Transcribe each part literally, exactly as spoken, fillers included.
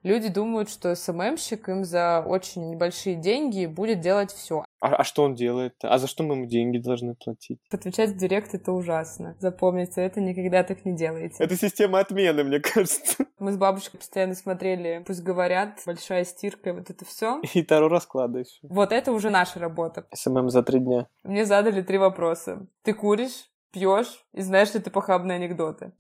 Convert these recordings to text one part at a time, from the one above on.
Люди думают, что эс эм эм-щик им за очень небольшие деньги будет делать все. А, а что он делает? А за что мы ему деньги должны платить? Отвечать в директ — это ужасно. Запомните, это никогда так не делайте. Это система отмены, мне кажется. Мы с бабушкой постоянно смотрели «Пусть говорят», «Большая стирка» и вот это все. И Таро расклады еще. Вот это уже наша работа. эс эм эм за три дня. Мне задали три вопроса. Ты куришь, пьешь и знаешь ли ты похабные анекдоты?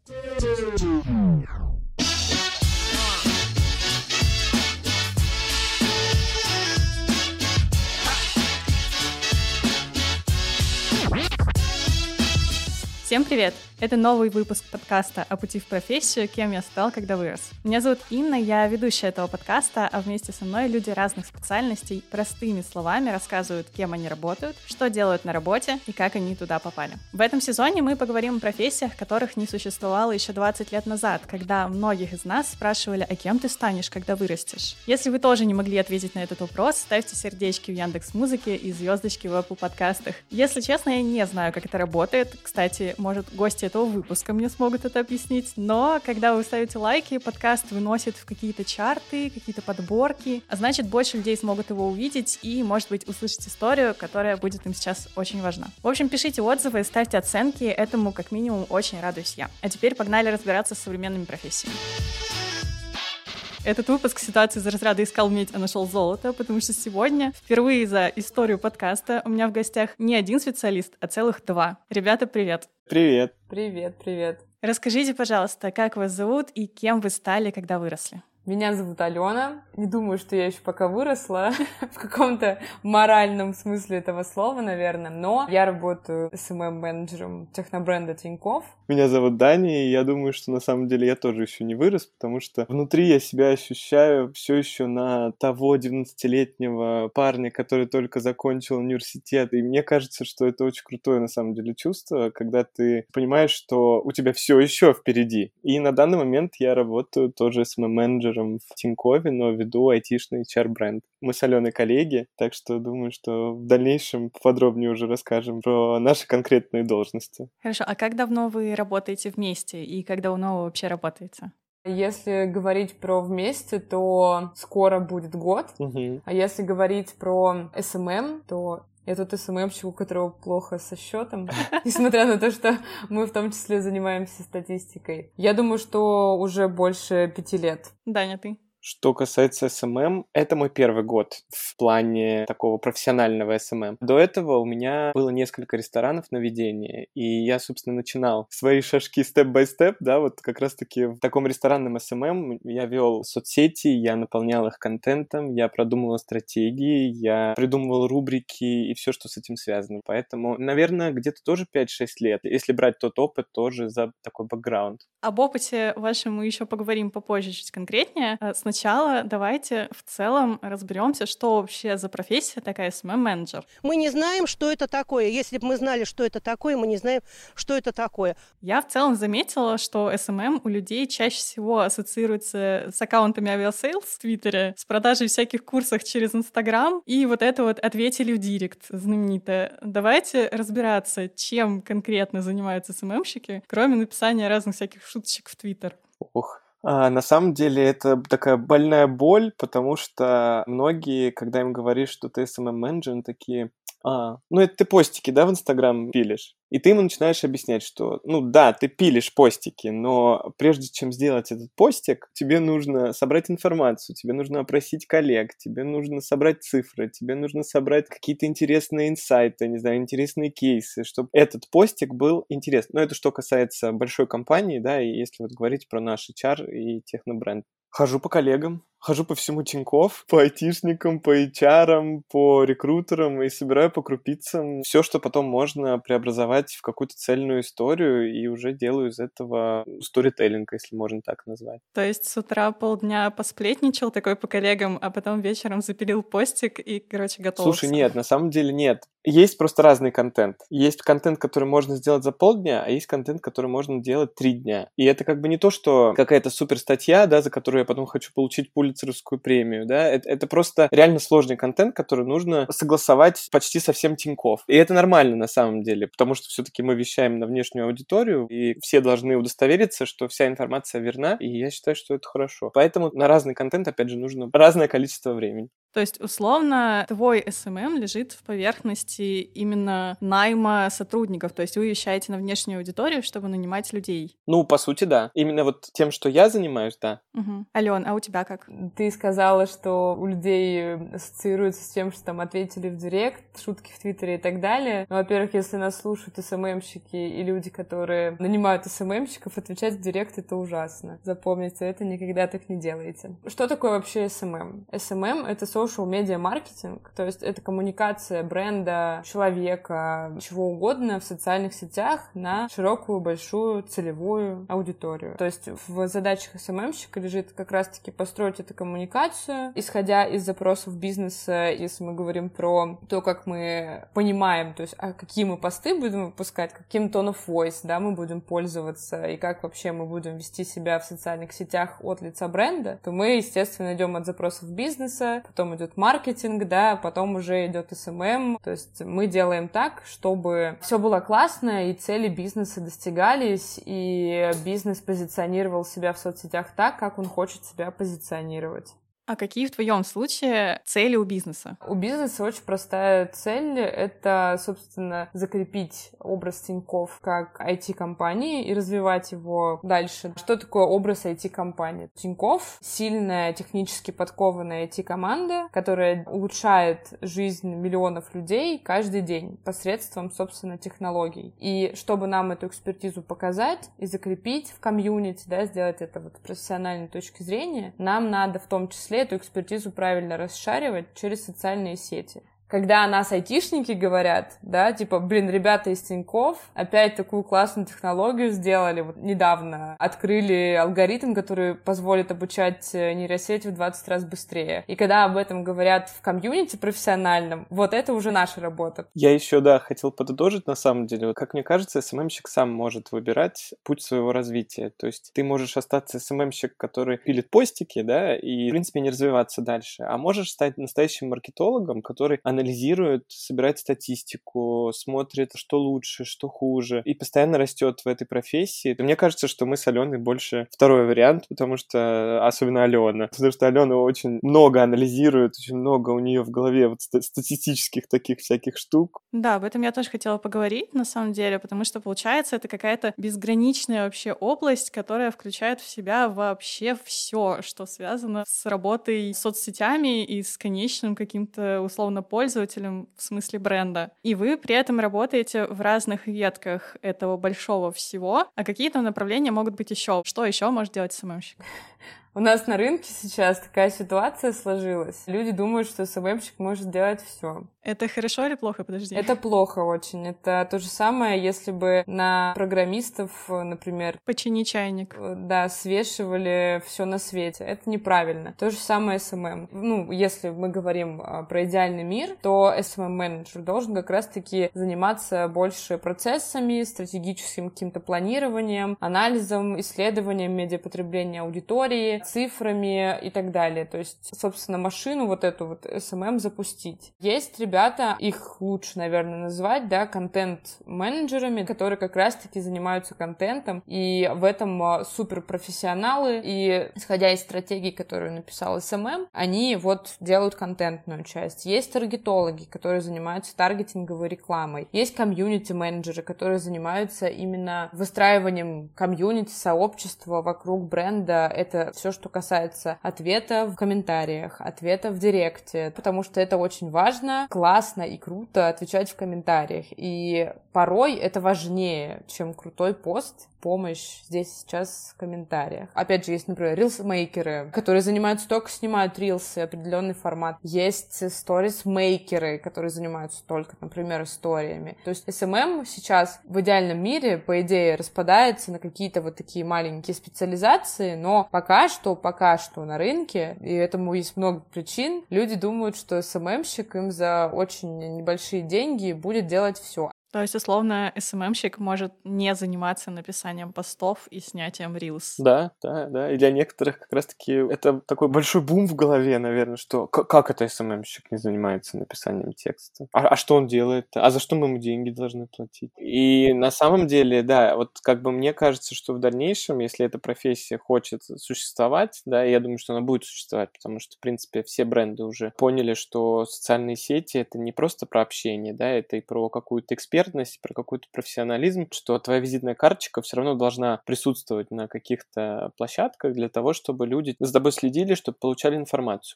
Всем привет! Это новый выпуск подкаста «О пути в профессию. Кем я стал, когда вырос». Меня зовут Инна, я ведущая этого подкаста, а вместе со мной люди разных специальностей простыми словами рассказывают, кем они работают, что делают на работе и как они туда попали. В этом сезоне мы поговорим о профессиях, которых не существовало еще двадцать лет назад, когда многих из нас спрашивали, а кем ты станешь, когда вырастешь? Если вы тоже не могли ответить на этот вопрос, ставьте сердечки в Яндекс.Музыке и звездочки в Apple подкастах. Если честно, я не знаю, как это работает. Кстати, может, гости этого выпуска мне смогут это объяснить, но когда вы ставите лайки, подкаст выносит в какие-то чарты, какие-то подборки, а значит, больше людей смогут его увидеть и, может быть, услышать историю, которая будет им сейчас очень важна. В общем, пишите отзывы, ставьте оценки, этому как минимум очень радуюсь я. А теперь погнали разбираться с современными профессиями. Этот выпуск ситуации из разряда «искал медь, а нашел золото», потому что сегодня, впервые за историю подкаста, у меня в гостях не один специалист, а целых два. Ребята, привет! Привет! Привет, привет. Расскажите, пожалуйста, как вас зовут и кем вы стали, когда выросли? Меня зовут Алена. Не думаю, что я еще пока выросла в каком-то моральном смысле этого слова, наверное, но я работаю эс эм эм-менеджером технобренда Тинькофф. Меня зовут Даня, и я думаю, что на самом деле я тоже еще не вырос, потому что внутри я себя ощущаю все еще на того девятнадцатилетнего парня, который только закончил университет, и мне кажется, что это очень крутое на самом деле чувство, когда ты понимаешь, что у тебя все еще впереди. И на данный момент я работаю тоже эс эм эм-менеджером в Тинькове, но веду айтишный эйч ар-бренд. Мы с Аленой коллеги, так что думаю, что в дальнейшем подробнее уже расскажем про наши конкретные должности. Хорошо, а как давно вы работаете вместе и как давно вы вообще работаете? Если говорить про вместе, то скоро будет год. Угу. А если говорить про эс эм эм, то я тут эс эм эм-щик, у которого плохо со счетом, несмотря на то, что мы в том числе занимаемся статистикой. Я думаю, что уже больше пяти лет. Даня, ты? Что касается эс эм эм, это мой первый год в плане такого профессионального эс эм эм. До этого у меня было несколько ресторанов на ведение, и я, собственно, начинал свои шажки степ-бай-степ, да, вот как раз-таки в таком ресторанном эс эм эм я вел соцсети, я наполнял их контентом, я продумывал стратегии, я придумывал рубрики и все, что с этим связано. Поэтому, наверное, где-то тоже пять-шесть лет, если брать тот опыт, тоже за такой бэкграунд. Об опыте вашем мы еще поговорим попозже чуть конкретнее. Сначала давайте в целом разберемся, что вообще за профессия такая эс эм эм-менеджер. Мы не знаем, что это такое. Если бы мы знали, что это такое, мы не знаем, что это такое. Я в целом заметила, что эс эм эм у людей чаще всего ассоциируется с аккаунтами авиасейлс в Твиттере, с продажей всяких курсов через Инстаграм и вот это вот «ответили в директ» знаменитое. Давайте разбираться, чем конкретно занимаются эс эм эм-щики, кроме написания разных всяких шуточек в Твиттер. Ох. А, на самом деле это такая больная боль, потому что многие, когда им говоришь, что ты эс эм эм-менеджер, такие, а, ну это ты постики, да, в Инстаграм пилишь? И ты ему начинаешь объяснять, что, ну да, ты пилишь постики, но прежде чем сделать этот постик, тебе нужно собрать информацию, тебе нужно опросить коллег, тебе нужно собрать цифры, тебе нужно собрать какие-то интересные инсайты, не знаю, интересные кейсы, чтобы этот постик был интересный. Но это что касается большой компании, да, и если вот говорить про наш эйч ар и технобренд. Хожу по коллегам, хожу по всему Тинькофф, по айтишникам, по эйч ар, по рекрутерам и собираю по крупицам все, что потом можно преобразовать в какую-то цельную историю, и уже делаю из этого сторителлинг, если можно так назвать. То есть с утра полдня посплетничал такой по коллегам, а потом вечером запилил постик и, короче, готовился? Слушай, нет, на самом деле нет. Есть просто разный контент. Есть контент, который можно сделать за полдня, а есть контент, который можно делать три дня. И это как бы не то, что какая-то супер статья, да, за которую я потом хочу получить Пулитцеровскую премию, да, это, это просто реально сложный контент, который нужно согласовать почти со всем Тинькофф. И это нормально на самом деле, потому что все-таки мы вещаем на внешнюю аудиторию, и все должны удостовериться, что вся информация верна, и я считаю, что это хорошо. Поэтому на разный контент, опять же, нужно разное количество времени. То есть, условно, твой эс эм эм лежит в поверхности именно найма сотрудников, то есть вы вещаете на внешнюю аудиторию, чтобы нанимать людей. Ну, по сути, да. Именно вот тем, что я занимаюсь, да. Угу. Алён, а у тебя как? Ты сказала, что у людей ассоциируется с тем, что там ответили в директ, шутки в Твиттере и так далее. Ну, во-первых, если нас слушают эс эм эм-щики и люди, которые нанимают эс эм эм-щиков, отвечать в директ — это ужасно. Запомните, это никогда так не делайте. Что такое вообще эс эм эм? эс эм эм — это social media маркетинг, то есть это коммуникация бренда, человека, чего угодно в социальных сетях на широкую, большую, целевую аудиторию. То есть в задачах эс эм эм-щика лежит как раз-таки построить эту коммуникацию, исходя из запросов бизнеса, если мы говорим про то, как мы понимаем, то есть а какие мы посты будем выпускать, каким tone of voice, да, мы будем пользоваться, и как вообще мы будем вести себя в социальных сетях от лица бренда, то мы, естественно, идем от запросов бизнеса, потом идет маркетинг, да, потом уже идет эс эм эм, то есть мы делаем так, чтобы все было классно, и цели бизнеса достигались, и бизнес позиционировал себя в соцсетях так, как он хочет себя позиционировать. А какие в твоем случае цели у бизнеса? У бизнеса очень простая цель — это, собственно, закрепить образ Тинькофф как ай ти-компании и развивать его дальше. Что такое образ ай ти-компании? Тинькофф — сильная, технически подкованная ай ти-команда, которая улучшает жизнь миллионов людей каждый день посредством, собственно, технологий. И чтобы нам эту экспертизу показать и закрепить в комьюнити, да, сделать это вот с профессиональной точки зрения, нам надо в том числе эту экспертизу правильно расшаривать через социальные сети. Когда о нас айтишники говорят, да, типа, блин, ребята из Тинькофф опять такую классную технологию сделали. Вот недавно открыли алгоритм, который позволит обучать нейросеть в двадцать раз быстрее. И когда об этом говорят в комьюнити профессиональном, вот это уже наша работа. Я еще, да, хотел подытожить, на самом деле. Как мне кажется, эс эм эм-щик сам может выбирать путь своего развития. То есть ты можешь остаться эс эм эм-щик, который пилит постики, да, и, в принципе, не развиваться дальше. А можешь стать настоящим маркетологом, который анализирует анализирует, собирает статистику, смотрит, что лучше, что хуже, и постоянно растет в этой профессии. И мне кажется, что мы с Аленой больше второй вариант, потому что, особенно Алена, потому что Алена очень много анализирует, очень много у нее в голове вот статистических таких всяких штук. Да, об этом я тоже хотела поговорить, на самом деле, потому что, получается, это какая-то безграничная вообще область, которая включает в себя вообще все, что связано с работой с соцсетями и с конечным каким-то, условно, пользователем, в смысле бренда. И вы при этом работаете в разных ветках этого большого всего. А какие там направления могут быть еще? Что еще может делать эс эм эм-щик? У нас на рынке сейчас такая ситуация сложилась. Люди думают, что эс эм эм-щик может делать все. Это хорошо или плохо? Подожди. Это плохо очень. Это то же самое, если бы на программистов, например... Почини чайник. Да, свешивали все на свете. Это неправильно. То же самое эс эм эм. Ну, если мы говорим про идеальный мир, то эс эм эм-менеджер должен как раз-таки заниматься больше процессами, стратегическим каким-то планированием, анализом, исследованием медиапотребления аудитории, цифрами и так далее. То есть, собственно, машину вот эту вот эс эм эм запустить. Есть ребята, их лучше, наверное, назвать, да, контент-менеджерами, которые как раз-таки занимаются контентом, и в этом суперпрофессионалы, и исходя из стратегий, которые написал эс эм эм, они вот делают контентную часть. Есть таргетологи, которые занимаются таргетинговой рекламой. Есть комьюнити-менеджеры, которые занимаются именно выстраиванием комьюнити, сообщества вокруг бренда. Это все, что касается ответа в комментариях, ответа в директе, потому что это очень важно, классно и круто отвечать в комментариях. И порой это важнее, чем крутой пост, помощь здесь сейчас в комментариях. Опять же, есть, например, рилс-мейкеры, которые занимаются только снимают рилсы, определенный формат. Есть сторис-мейкеры, которые занимаются только, например, историями. То есть эс эм эм сейчас в идеальном мире, по идее, распадается на какие-то вот такие маленькие специализации, но пока что, пока что на рынке, и этому есть много причин, люди думают, что эс эм эм-щик им за очень небольшие деньги будет делать все. То есть, условно, эс эм эм-щик может не заниматься написанием постов и снятием рилс. Да, да, да. И для некоторых как раз-таки это такой большой бум в голове, наверное, что к- как это эс эм эм-щик не занимается написанием текста? А, а что он делает? А за что мы ему деньги должны платить? И на самом деле, да, вот как бы мне кажется, что в дальнейшем, если эта профессия хочет существовать, да, я думаю, что она будет существовать, потому что, в принципе, все бренды уже поняли, что социальные сети — это не просто про общение, да, это и про какую-то экспертность, про какой-то профессионализм, что твоя визитная карточка все равно должна присутствовать на каких-то площадках для того, чтобы люди за тобой следили, чтобы получали информацию.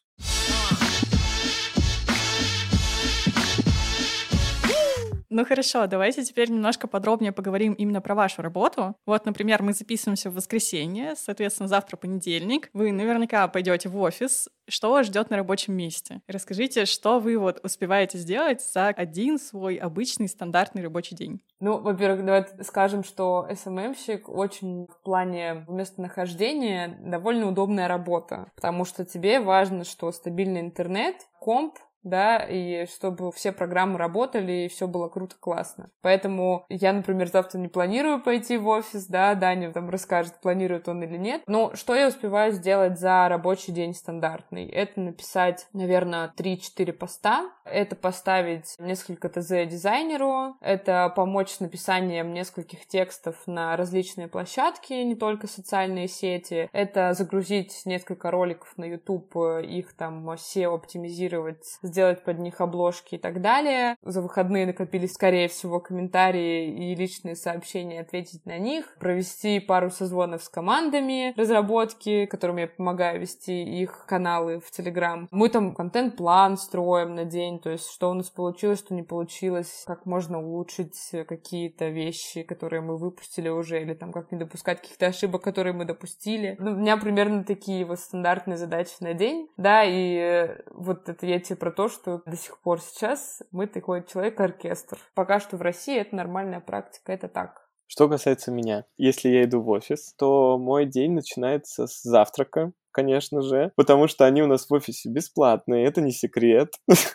Ну хорошо, давайте теперь немножко подробнее поговорим именно про вашу работу. Вот, например, мы записываемся в воскресенье, соответственно, завтра понедельник. Вы наверняка пойдете в офис. Что вас ждет на рабочем месте? Расскажите, что вы вот успеваете сделать за один свой обычный стандартный рабочий день? Ну, во-первых, давайте скажем, что эс эм эм-щик очень в плане местонахождения довольно удобная работа, потому что тебе важно, что стабильный интернет, комп, да, и чтобы все программы работали, и все было круто, классно. Поэтому я, например, завтра не планирую пойти в офис, да, Даня там расскажет, планирует он или нет. Но что я успеваю сделать за рабочий день стандартный? Это написать, наверное, три-четыре поста, это поставить несколько ТЗ дизайнеру, это помочь с написанием нескольких текстов на различные площадки, не только социальные сети, это загрузить несколько роликов на YouTube, их там сео оптимизировать, сделать под них обложки и так далее. За выходные накопились, скорее всего, комментарии и личные сообщения, ответить на них, провести пару созвонов с командами разработки, которым я помогаю вести их каналы в Telegram. Мы там контент-план строим на день, то есть что у нас получилось, что не получилось, как можно улучшить какие-то вещи, которые мы выпустили уже, или там как не допускать каких-то ошибок, которые мы допустили. Ну, у меня примерно такие вот стандартные задачи на день, да, и вот это я тебе про то, что до сих пор сейчас мы такой человек-оркестр. Пока что в России это нормальная практика, это так. Что касается меня, если я иду в офис, то мой день начинается с завтрака, конечно же, потому что они у нас в офисе бесплатные, это не секрет.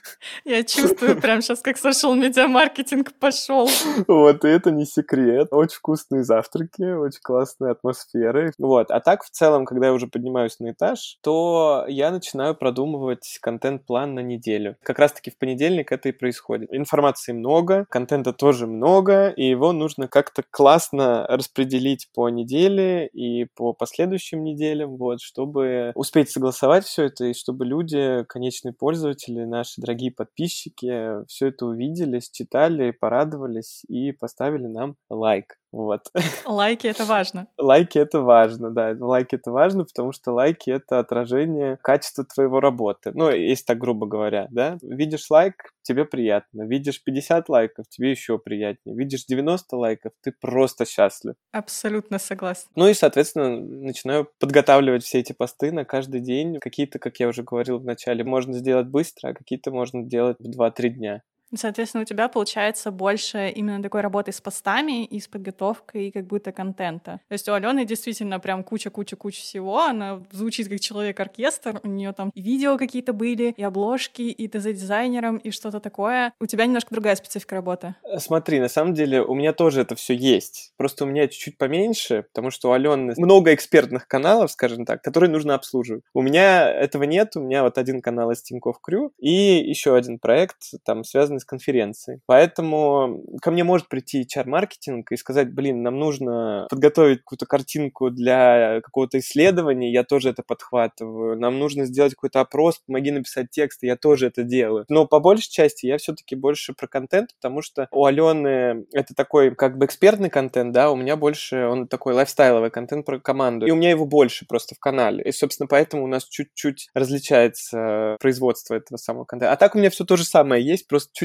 Я чувствую прям сейчас, как социал-медиа-маркетинг пошел. Вот, и это не секрет. Очень вкусные завтраки, очень классные атмосферы. Вот, а так в целом, когда я уже поднимаюсь на этаж, то я начинаю продумывать контент-план на неделю. Как раз-таки в понедельник это и происходит. Информации много, контента тоже много, и его нужно как-то классно распределить по неделе и по последующим неделям, вот, чтобы успеть согласовать все это, и чтобы люди, конечные пользователи, наши дорогие подписчики, все это увидели, считали, порадовались и поставили нам лайк. Вот. Лайки — это важно. Лайки — это важно, да. Лайки — это важно, потому что лайки — это отражение качества твоего работы. Ну, если так грубо говоря, да. Видишь лайк — тебе приятно. Видишь пятьдесят лайков — тебе еще приятнее. Видишь девяносто лайков — ты просто счастлив. Абсолютно согласна. Ну и, соответственно, начинаю подготавливать все эти посты на каждый день. Какие-то, как я уже говорил в начале, можно сделать быстро, а какие-то можно делать в два-три дня. Соответственно, у тебя получается больше именно такой работы с постами и с подготовкой как будто контента. То есть у Алены действительно прям куча-куча-куча всего. Она звучит как человек-оркестр. У нее там и видео какие-то были, и обложки, и ТЗ-дизайнером, и что-то такое. У тебя немножко другая специфика работы. Смотри, на самом деле у меня тоже это все есть. Просто у меня чуть-чуть поменьше, потому что у Алены много экспертных каналов, скажем так, которые нужно обслуживать. У меня этого нет. У меня вот один канал из Тинькофф Крю и еще один проект, там, связанный с конференцией. Поэтому ко мне может прийти эйч ар-маркетинг и сказать: блин, нам нужно подготовить какую-то картинку для какого-то исследования, я тоже это подхватываю. Нам нужно сделать какой-то опрос, помоги написать текст, я тоже это делаю. Но по большей части я все-таки больше про контент, потому что у Алены это такой как бы экспертный контент, да, у меня больше он такой лайфстайловый контент про команду. И у меня его больше просто в канале. И, собственно, поэтому у нас чуть-чуть различается производство этого самого контента. А так у меня все то же самое есть, просто чуть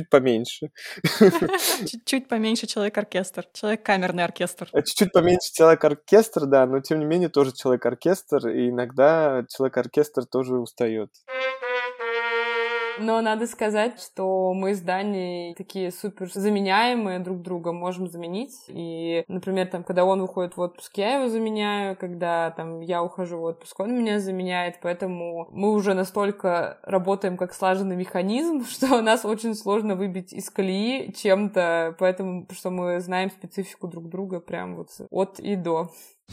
чуть-чуть поменьше. Чуть-чуть поменьше человек-оркестр, человек-камерный оркестр. Чуть-чуть поменьше человек-оркестр, да, но тем не менее тоже человек-оркестр, и иногда человек-оркестр тоже устает. Но надо сказать, что мы с Даней такие супер заменяемые друг друга, можем заменить. И, например, там, когда он выходит в отпуск, я его заменяю, когда там я ухожу в отпуск, он меня заменяет, поэтому мы уже настолько работаем как слаженный механизм, что нас очень сложно выбить из колеи чем-то, поэтому что мы знаем специфику друг друга прям вот от и до.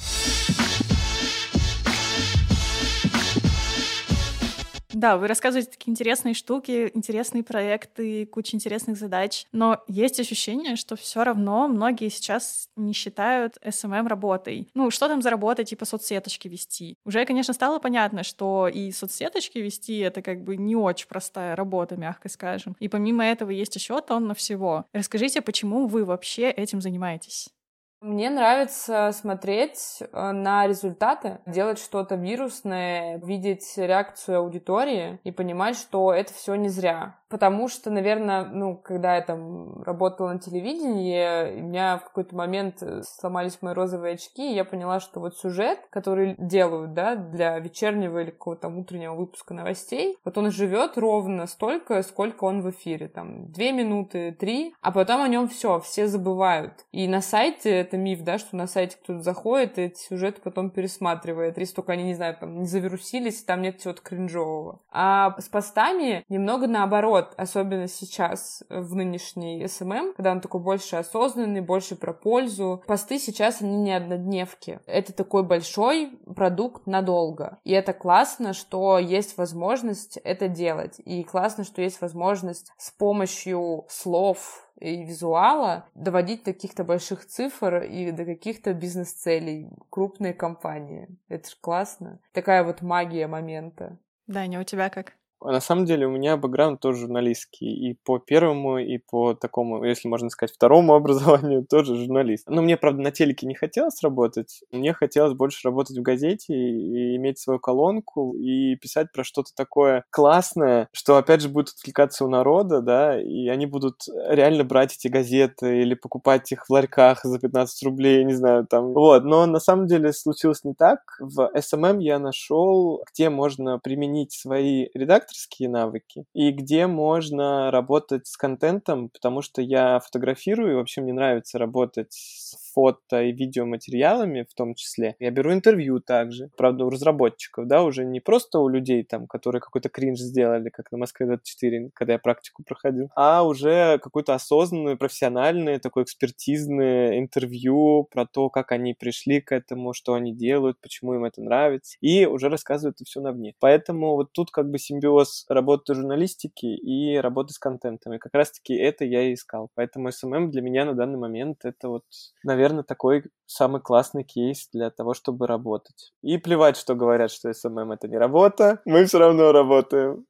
Да, вы рассказываете такие интересные штуки, интересные проекты, куча интересных задач, но есть ощущение, что все равно многие сейчас не считают эс эм эм работой. Ну, что там за работа, типа соцсеточки вести? Уже, конечно, стало понятно, что и соцсеточки вести — это как бы не очень простая работа, мягко скажем. И помимо этого есть еще тонна всего. Расскажите, почему вы вообще этим занимаетесь? Мне нравится смотреть на результаты, делать что-то вирусное, видеть реакцию аудитории и понимать, что это все не зря. Потому что, наверное, ну, когда я там работала на телевидении, у меня в какой-то момент сломались мои розовые очки, и я поняла, что вот сюжет, который делают, да, для вечернего или какого-то там утреннего выпуска новостей, вот он живет ровно столько, сколько он в эфире, там, две минуты, три, а потом о нем все, все забывают. И на сайте это миф, да, что на сайте кто-то заходит и эти сюжеты потом пересматривает, если только они, не знаю, там, не завирусились, там нет чего-то кринжового. А с постами немного наоборот, особенно сейчас, в нынешний эс эм эм, когда он такой больше осознанный, больше про пользу. Посты сейчас, они не однодневки. Это такой большой продукт надолго. И это классно, что есть возможность это делать. И классно, что есть возможность с помощью слов и визуала доводить до каких-то больших цифр и до каких-то бизнес-целей. Крупные компании. Это ж классно. Такая вот магия момента. Даня, у тебя как? На самом деле у меня бэкграунд тоже журналистский. И по первому, и по такому, если можно сказать, второму образованию тоже журналист. Но мне, правда, на телеке не хотелось работать. Мне хотелось больше работать в газете и иметь свою колонку и писать про что-то такое классное, что, опять же, будет откликаться у народа, да, и они будут реально брать эти газеты или покупать их в ларьках за пятнадцать рублей, не знаю, там. Вот, но на самом деле случилось не так. В эс эм эм я нашел, где можно применить свои редакторские навыки и где можно работать с контентом, потому что я фотографирую, и вообще мне нравится работать с фото и видеоматериалами в том числе. Я беру интервью также, правда, у разработчиков, да, уже не просто у людей, там, которые какой-то кринж сделали, как на Москве двадцать четыре, когда я практику проходил, а уже какое-то осознанное, профессиональное, такое экспертизное интервью про то, как они пришли к этому, что они делают, почему им это нравится, и уже рассказывают это все на мне. Поэтому вот тут как бы симбиоз работы журналистики и работы с контентом, и как раз-таки это я и искал. Поэтому эс эм эм для меня на данный момент это вот, наверное, наверное, такой самый классный кейс для того, чтобы работать. И плевать, что говорят, что эс эм эм это не работа, мы все равно работаем.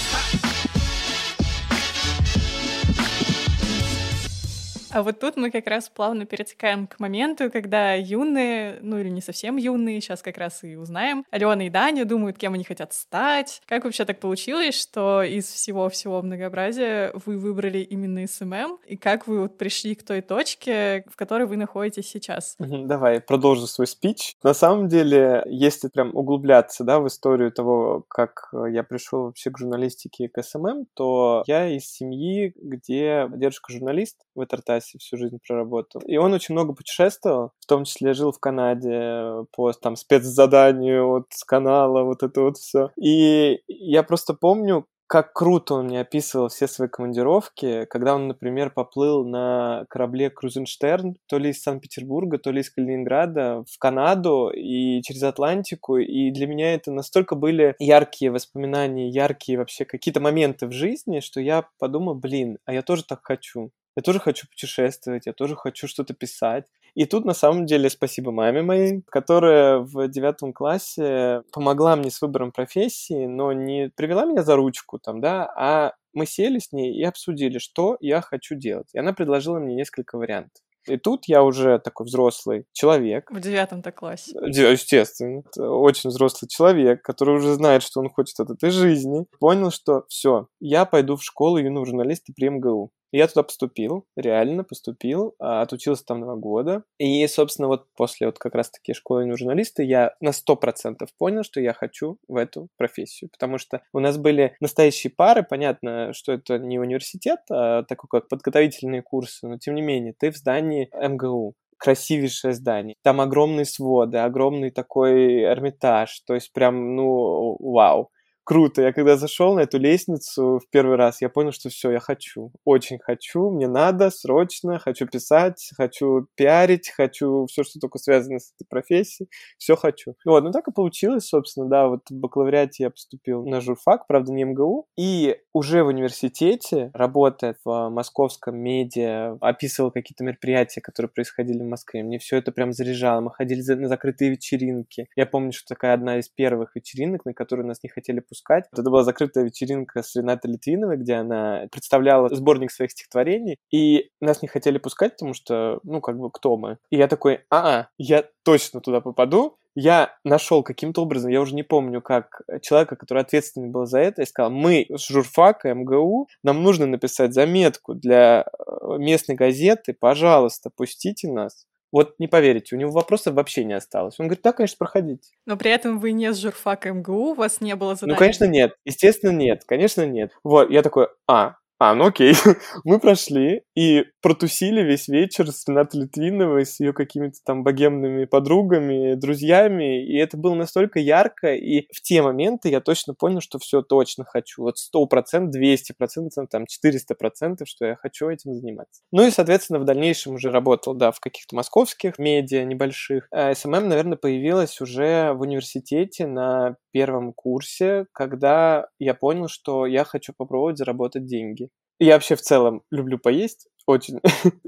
А вот тут мы как раз плавно перетекаем к моменту, когда юные, ну или не совсем юные, сейчас как раз и узнаем, Алена и Даня думают, кем они хотят стать. Как вообще так получилось, что из всего-всего многообразия вы выбрали именно эс эм эм? И как вы вот пришли к той точке, в которой вы находитесь сейчас? Давай, продолжу свой спич. На самом деле, если прям углубляться, да, в историю того, как я пришел вообще к журналистике и к эс эм эм, то я из семьи, где дедушка журналист в Этартасе всю жизнь проработал. И он очень много путешествовал, в том числе жил в Канаде по там спецзаданию от канала, вот это вот все. И я просто помню, как круто он мне описывал все свои командировки, когда он, например, поплыл на корабле Крузенштерн, то ли из Санкт-Петербурга, то ли из Калининграда в Канаду и через Атлантику, и для меня это настолько были яркие воспоминания, яркие вообще какие-то моменты в жизни, что я подумал, блин, а я тоже так хочу. Я тоже хочу путешествовать, я тоже хочу что-то писать. И тут, на самом деле, спасибо маме моей, которая в девятом классе помогла мне с выбором профессии, но не привела меня за ручку, там, да, а мы сели с ней и обсудили, что я хочу делать. И она предложила мне несколько вариантов. И тут я уже такой взрослый человек. В девятом-то классе. Естественно. Очень взрослый человек, который уже знает, что он хочет от этой жизни. Понял, что все, я пойду в школу юного журналиста при эм гэ у. Я туда поступил, реально поступил, отучился там два года. И, собственно, вот после вот как раз-таки школы юного журналиста я на сто процентов понял, что я хочу в эту профессию. Потому что у нас были настоящие пары, понятно, что это не университет, а такой как подготовительные курсы, но тем не менее, ты в здании эм гэ у. Красивейшее здание. Там огромные своды, огромный такой Эрмитаж. То есть прям, ну, вау. Круто. Я когда зашел на эту лестницу в первый раз, я понял, что все, я хочу. Очень хочу. Мне надо срочно. Хочу писать, хочу пиарить, хочу все, что только связано с этой профессией. Все хочу. Вот, ну так и получилось, собственно, да. Вот в бакалавриате я поступил на журфак, правда, не эм гэ у. И уже в университете, работая в московском медиа, описывал какие-то мероприятия, которые происходили в Москве. Мне все это прям заряжало. Мы ходили на закрытые вечеринки. Я помню, что такая одна из первых вечеринок, на которую нас не хотели пускать. Это была закрытая вечеринка с Ренатой Литвиновой, где она представляла сборник своих стихотворений, и нас не хотели пускать, потому что, ну, как бы, кто мы? И я такой, а-а, я точно туда попаду. Я нашел каким-то образом, я уже не помню, как человека, который ответственный был за это, и сказал, мы с журфака эм гэ у, нам нужно написать заметку для местной газеты, пожалуйста, пустите нас. Вот не поверите, у него вопросов вообще не осталось. Он говорит, да, конечно, проходите. Но при этом вы не с журфака эм гэ у, у вас не было задания? Ну, конечно, нет. Естественно, нет. Конечно, нет. Вот, я такой, а, а, ну окей. Мы прошли и протусили весь вечер с Ренатой Литвиновой, с ее какими-то там богемными подругами, друзьями, и это было настолько ярко, и в те моменты я точно понял, что все точно хочу. Вот сто процентов, двести процентов, там четыреста процентов, что я хочу этим заниматься. Ну и, соответственно, в дальнейшем уже работал, да, в каких-то московских медиа небольших. А эс эм эм, наверное, появилась уже в университете на первом курсе, когда я понял, что я хочу попробовать заработать деньги. Я вообще в целом люблю поесть очень.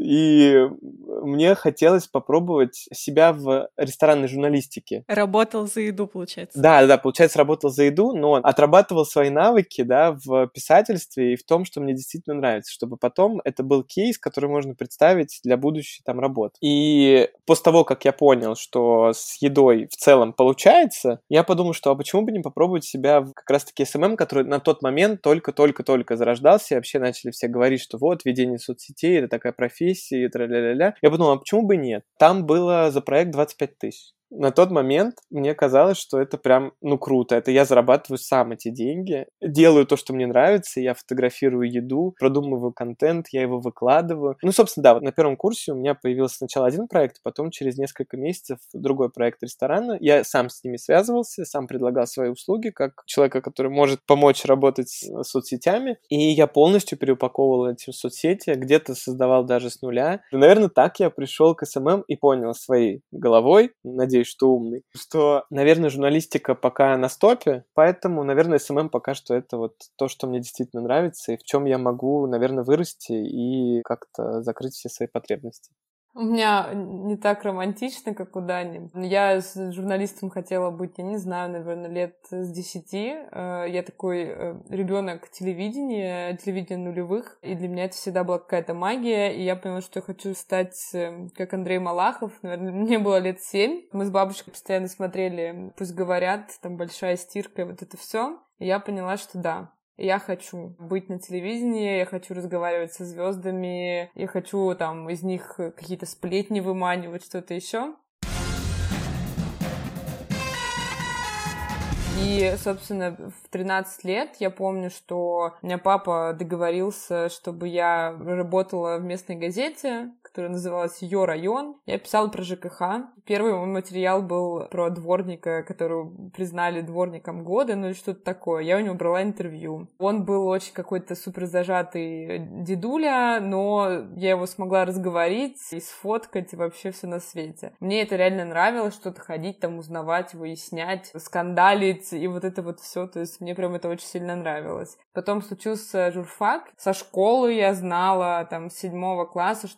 И мне хотелось попробовать себя в ресторанной журналистике. Работал за еду, получается. Да, да, получается, работал за еду, но отрабатывал свои навыки, да, в писательстве и в том, что мне действительно нравится, чтобы потом это был кейс, который можно представить для будущей там работы. И после того, как я понял, что с едой в целом получается, я подумал, что а почему бы не попробовать себя в как раз-таки эс эм эм, который на тот момент только-только-только зарождался, и вообще начали все говорить, что вот, ведение соцсетей, это такая профессия, и тра-ля-ля-ля. Я подумал, а почему бы нет? Там было за проект двадцать пять тысяч. На тот момент мне казалось, что это прям, ну, круто. Это я зарабатываю сам эти деньги, делаю то, что мне нравится, я фотографирую еду, продумываю контент, я его выкладываю. Ну, собственно, да, вот на первом курсе у меня появился сначала один проект, потом через несколько месяцев другой проект ресторана. Я сам с ними связывался, сам предлагал свои услуги, как человека, который может помочь работать с соцсетями. И я полностью переупаковывал эти соцсети, где-то создавал даже с нуля. И, наверное, так я пришел к эс эм эм и понял своей головой, надеюсь, что умный, что, наверное, журналистика пока на стопе, поэтому, наверное, эс эм эм пока что это вот то, что мне действительно нравится и в чем я могу, наверное, вырасти и как-то закрыть все свои потребности. У меня не так романтично, как у Дани. Я с журналистом хотела быть, я не знаю, наверное, лет с десяти. Я такой ребенок телевидения, телевидения нулевых, и для меня это всегда была какая-то магия, и я поняла, что я хочу стать как Андрей Малахов. Наверное, мне было лет семь. Мы с бабушкой постоянно смотрели «Пусть говорят», там «Большая стирка», вот это все. И я поняла, что да, я хочу быть на телевидении, я хочу разговаривать со звездами, я хочу там из них какие-то сплетни выманивать, что-то еще. И, собственно, в тринадцать лет я помню, что у меня папа договорился, чтобы я работала в местной газете, которая называлась «Ее район». Я писала про жэ ка ха. Первый мой материал был про дворника, которого признали дворником года, ну или что-то такое. Я у него брала интервью. Он был очень какой-то супер зажатый дедуля, но я его смогла разговорить и сфоткать, и вообще все на свете. Мне это реально нравилось, что-то ходить там, узнавать, выяснять, скандалить, и вот это вот все. То есть мне прям это очень сильно нравилось. Потом случился журфак. Со школы я знала, там, с седьмого класса, что я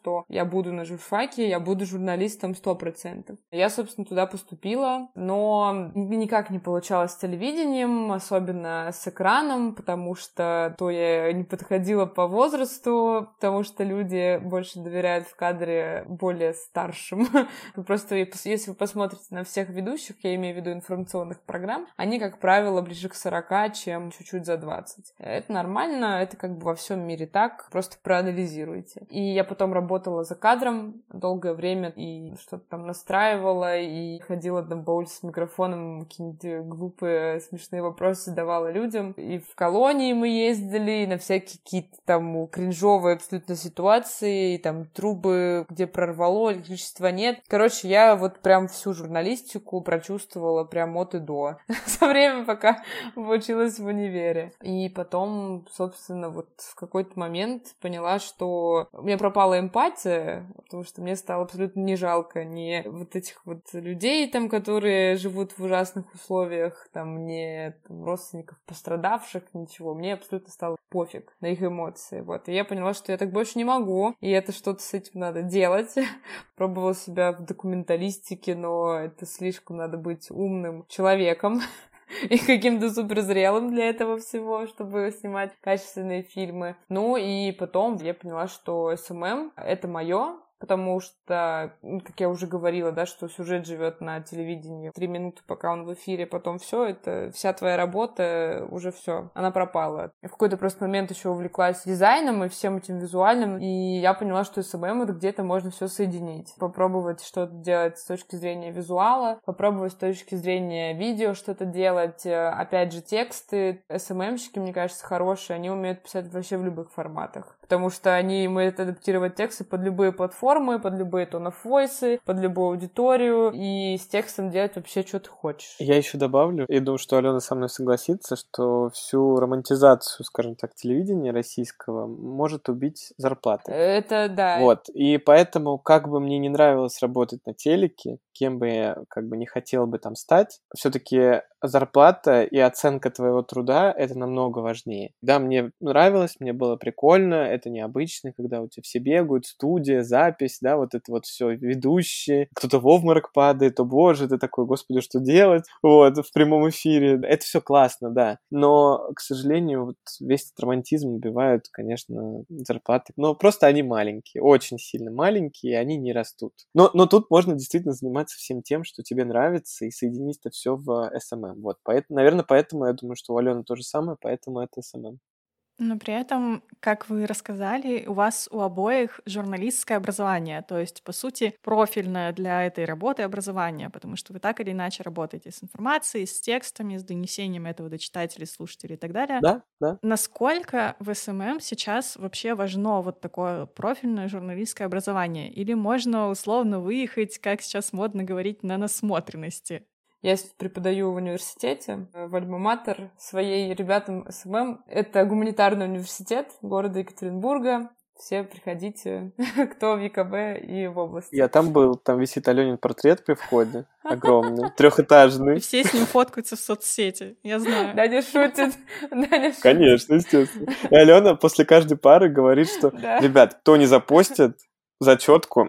я буду на журфаке, я буду журналистом сто процентов. Я, собственно, туда поступила, но никак не получалось с телевидением, особенно с экраном, потому что то я не подходила по возрасту, потому что люди больше доверяют в кадре более старшим. Просто если вы посмотрите на всех ведущих, я имею в виду информационных программ, они, как правило, ближе к сорока, чем чуть-чуть за двадцать. Это нормально, это как бы во всем мире так, просто проанализируйте. И я потом работала за кадром долгое время и что-то там настраивала, и ходила там по улице с микрофоном, какие-нибудь глупые, смешные вопросы задавала людям. И в колонии мы ездили, и на всякие какие-то там кринжовые абсолютно ситуации, и там трубы, где прорвало, электричества нет. Короче, я вот прям всю журналистику прочувствовала прям от и до. Со временем, пока училась в универе. И потом, собственно, вот в какой-то момент поняла, что у меня пропала эмпатия, потому что мне стало абсолютно не жалко ни вот этих вот людей, там, которые живут в ужасных условиях, там, не там, родственников пострадавших, ничего. Мне абсолютно стало пофиг на их эмоции. Вот. И я поняла, что я так больше не могу, и это что-то с этим надо делать. Пробовала себя в документалистике, но это слишком надо быть умным человеком и каким-то суперзрелым для этого всего, чтобы снимать качественные фильмы. Ну и потом я поняла, что эс эм эм — это моё, потому что, как я уже говорила, да, что сюжет живет на телевидении три минуты, пока он в эфире, потом все, это вся твоя работа, уже все, она пропала. Я в какой-то просто момент еще увлеклась дизайном и всем этим визуальным, и я поняла, что эс эм эм — это где-то можно все соединить. Попробовать что-то делать с точки зрения визуала, попробовать с точки зрения видео что-то делать. Опять же, тексты. эс эм эм-щики, мне кажется, хорошие, они умеют писать вообще в любых форматах, потому что они умеют адаптировать тексты под любые платформы, под любые tone of voice, под любую аудиторию, и с текстом делать вообще, что ты хочешь. Я еще добавлю, и думаю, что Алена со мной согласится, что всю романтизацию, скажем так, телевидения российского может убить зарплата. Это да. Вот, и поэтому, как бы мне не нравилось работать на телеке, кем бы я как бы не хотел бы там стать, все-таки зарплата и оценка твоего труда — это намного важнее. Да, мне нравилось, мне было прикольно, это необычно, когда у тебя все бегают, студия, запись, да, вот это вот все, ведущие, кто-то в обморок падает, о боже, ты такой, господи, что делать? Вот, в прямом эфире. Это все классно, да. Но, к сожалению, вот весь этот романтизм убивают, конечно, зарплаты. Но просто они маленькие, очень сильно маленькие, и они не растут. Но, но тут можно действительно заниматься всем тем, что тебе нравится, и соединить это все в эс эм эм. Вот, поэтому, наверное, поэтому я думаю, что у Алены то же самое, поэтому это эс эм эм. Но при этом, как вы рассказали, у вас у обоих журналистское образование, то есть, по сути, профильное для этой работы образование, потому что вы так или иначе работаете с информацией, с текстами, с донесением этого до читателей, слушателей и так далее. Да, да. Насколько в эс эм эм сейчас вообще важно вот такое профильное журналистское образование? Или можно условно выехать, как сейчас модно говорить, на насмотренности? Я преподаю в университете, в Альма-Матер, своей ребятам эс эм эм. Это гуманитарный университет города Екатеринбурга. Все приходите, кто в е ка бэ и в области. Я там был, там висит Аленин портрет при входе, огромный, трехэтажный. И все с ним фоткаются в соцсети, я знаю. Да не шутит, да не шутит. Конечно, естественно. И Алена после каждой пары говорит, что, ребят, кто не запостит зачетку,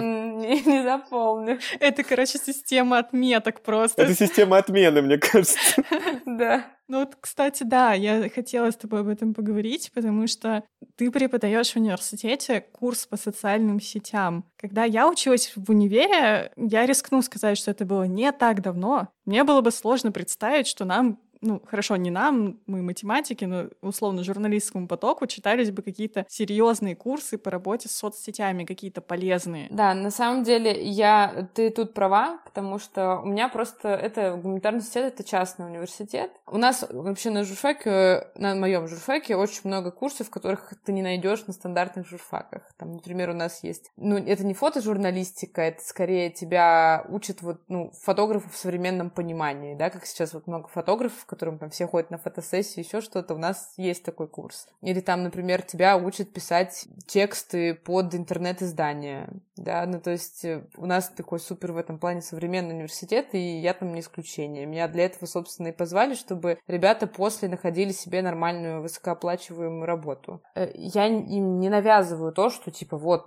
Не, не запомню. Это, короче, система отметок просто. Это система отмены, мне кажется. Да. Ну вот, кстати, да, я хотела с тобой об этом поговорить, потому что ты преподаешь в университете курс по социальным сетям. Когда я училась в универе, я рискну сказать, что это было не так давно. Мне было бы сложно представить, что нам ну, хорошо, не нам, мы математики, но условно журналистскому потоку читались бы какие-то серьезные курсы по работе с соцсетями, какие-то полезные. Да, на самом деле я, ты тут права, потому что у меня просто это гуманитарный университет, это частный университет. У нас вообще на журфаке, на моем журфаке очень много курсов, которых ты не найдешь на стандартных журфаках. Там, например, у нас есть, ну, это не фотожурналистика, это скорее тебя учат вот, ну, фотографов в современном понимании, да, как сейчас вот много фотографов, которым там все ходят на фотосессии, еще что-то, у нас есть такой курс. Или там, например, тебя учат писать тексты под интернет-издания, да, ну, то есть у нас такой супер в этом плане современный университет, и я там не исключение. Меня для этого, собственно, и позвали, чтобы ребята после находили себе нормальную высокооплачиваемую работу. Я им не навязываю то, что, типа, вот,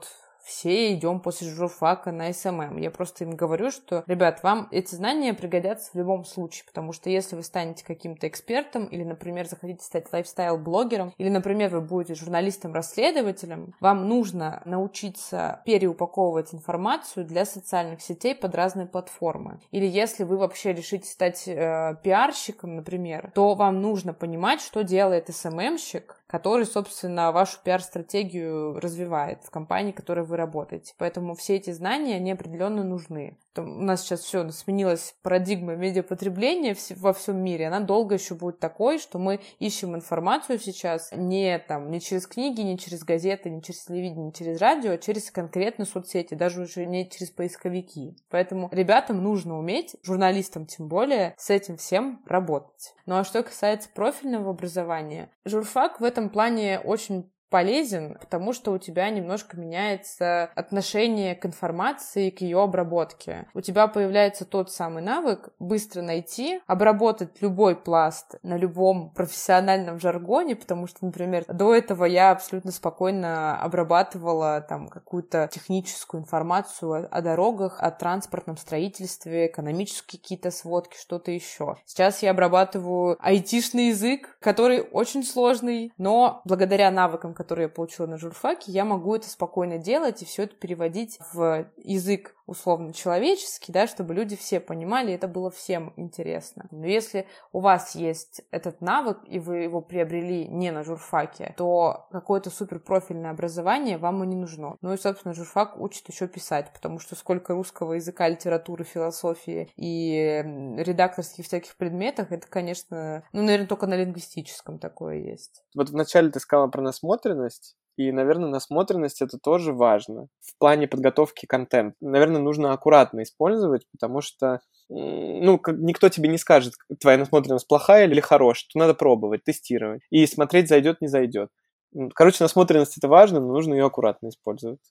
все идем после журфака на эс эм эм. Я просто им говорю, что, ребят, вам эти знания пригодятся в любом случае, потому что если вы станете каким-то экспертом или, например, захотите стать лайфстайл-блогером, или, например, вы будете журналистом-расследователем, вам нужно научиться переупаковывать информацию для социальных сетей под разные платформы. Или если вы вообще решите стать э, пиарщиком, например, то вам нужно понимать, что делает эс эм эм-щик, который, собственно, вашу пиар-стратегию развивает в компании, в которой вы работаете. Поэтому все эти знания, они определенно нужны. У нас сейчас все сменилась парадигма медиапотребления во всем мире. Она долго еще будет такой, что мы ищем информацию сейчас не, там, не через книги, не через газеты, не через телевидение, не через радио, а через конкретно соцсети, даже уже не через поисковики. Поэтому ребятам нужно уметь, журналистам тем более, с этим всем работать. Ну а что касается профильного образования, журфак в этом плане очень полезен, потому что у тебя немножко меняется отношение к информации, к ее обработке. У тебя появляется тот самый навык быстро найти, обработать любой пласт на любом профессиональном жаргоне, потому что, например, до этого я абсолютно спокойно обрабатывала там какую-то техническую информацию о дорогах, о транспортном строительстве, экономические какие-то сводки, что-то еще. Сейчас я обрабатываю айтишный язык, который очень сложный, но благодаря навыкам, которые я получила на журфаке, я могу это спокойно делать и все это переводить в язык условно человеческий, да, чтобы люди все понимали, и это было всем интересно. Но если у вас есть этот навык, и вы его приобрели не на журфаке, то какое-то суперпрофильное образование вам и не нужно. Ну и, собственно, журфак учит еще писать, потому что сколько русского языка, литературы, философии и редакторских всяких предметах, это, конечно, ну, наверное, только на лингвистическом такое есть. Вот вначале ты сказала про насмотренность, и, наверное, насмотренность — это тоже важно в плане подготовки контента. Наверное, нужно аккуратно использовать, потому что, ну, никто тебе не скажет, твоя насмотренность плохая или хорошая. Тут надо пробовать, тестировать и смотреть, зайдет, не зайдет. Короче, насмотренность — это важно, но нужно ее аккуратно использовать.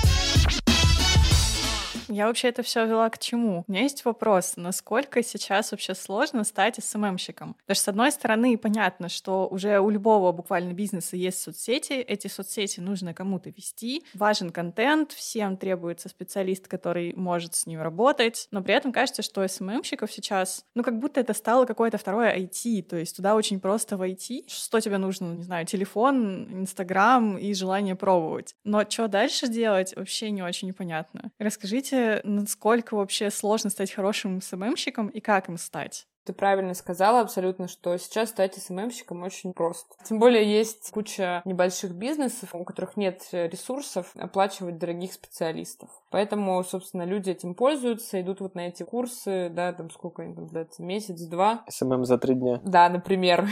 Я вообще это все вела к чему? У меня есть вопрос, насколько сейчас вообще сложно стать эс эм эм-щиком? Потому что, с одной стороны, понятно, что уже у любого буквально бизнеса есть соцсети, эти соцсети нужно кому-то вести, важен контент, всем требуется специалист, который может с ним работать, но при этом кажется, что эс эм эм-щиков сейчас, ну, как будто это стало какое-то второе ай ти, то есть туда очень просто войти. Что тебе нужно? Не знаю, телефон, Инстаграм и желание пробовать. Но что дальше делать, вообще не очень понятно. Расскажите, насколько вообще сложно стать хорошим эс эм эм-щиком и как им стать? Ты правильно сказала абсолютно, что сейчас стать эс эм эм-щиком очень просто. Тем более есть куча небольших бизнесов, у которых нет ресурсов оплачивать дорогих специалистов. Поэтому, собственно, люди этим пользуются, идут вот на эти курсы, да, там сколько они там длятся, месяц-два. эс эм эм за три дня. Да, например.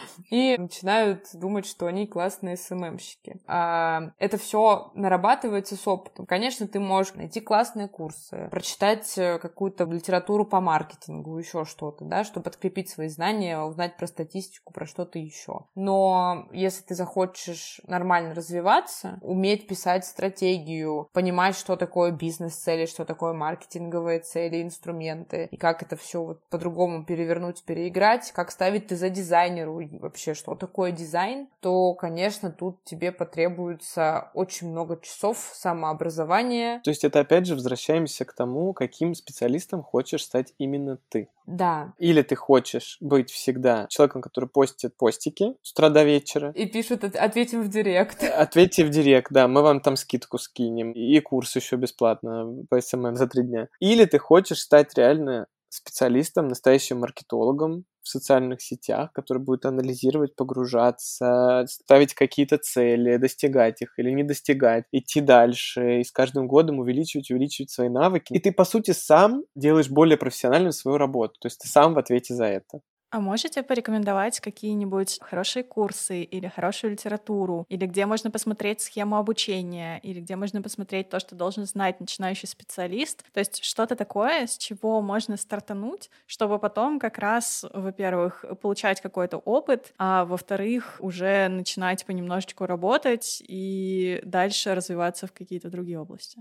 И начинают думать, что они классные эс эм эм-щики. А это все нарабатывается с опытом. Конечно, ты можешь найти классные курсы, прочитать какую-то литературу по маркетингу, еще что-то, да, чтобы подкрепить свои знания, узнать про статистику, про что-то еще. Но если ты захочешь нормально развиваться, уметь писать стратегию, понимать, что такое бизнес-цели, что такое маркетинговые цели, инструменты, и как это все вот по-другому перевернуть, переиграть, как ставить ты за дизайнеру, и вообще, что такое дизайн, то, конечно, тут тебе потребуется очень много часов самообразования. То есть это, опять же, возвращаемся к тому, каким специалистом хочешь стать именно ты. Да. Или ты хочешь быть всегда человеком, который постит постики с утра до вечера. И пишут, ответим в директ. Ответьте в директ, да, мы вам там скидку скинем. И курс еще бесплатно по эс эм эм за три дня. Или ты хочешь стать реально специалистом, настоящим маркетологом в социальных сетях, который будет анализировать, погружаться, ставить какие-то цели, достигать их или не достигать, идти дальше и с каждым годом увеличивать, увеличивать свои навыки. И ты, по сути, сам делаешь более профессиональную свою работу. То есть ты сам в ответе за это. А можете порекомендовать какие-нибудь хорошие курсы или хорошую литературу, или где можно посмотреть схему обучения, или где можно посмотреть то, что должен знать начинающий специалист? То есть что-то такое, с чего можно стартануть, чтобы потом как раз, во-первых, получать какой-то опыт, а во-вторых, уже начинать понемножечку работать и дальше развиваться в какие-то другие области?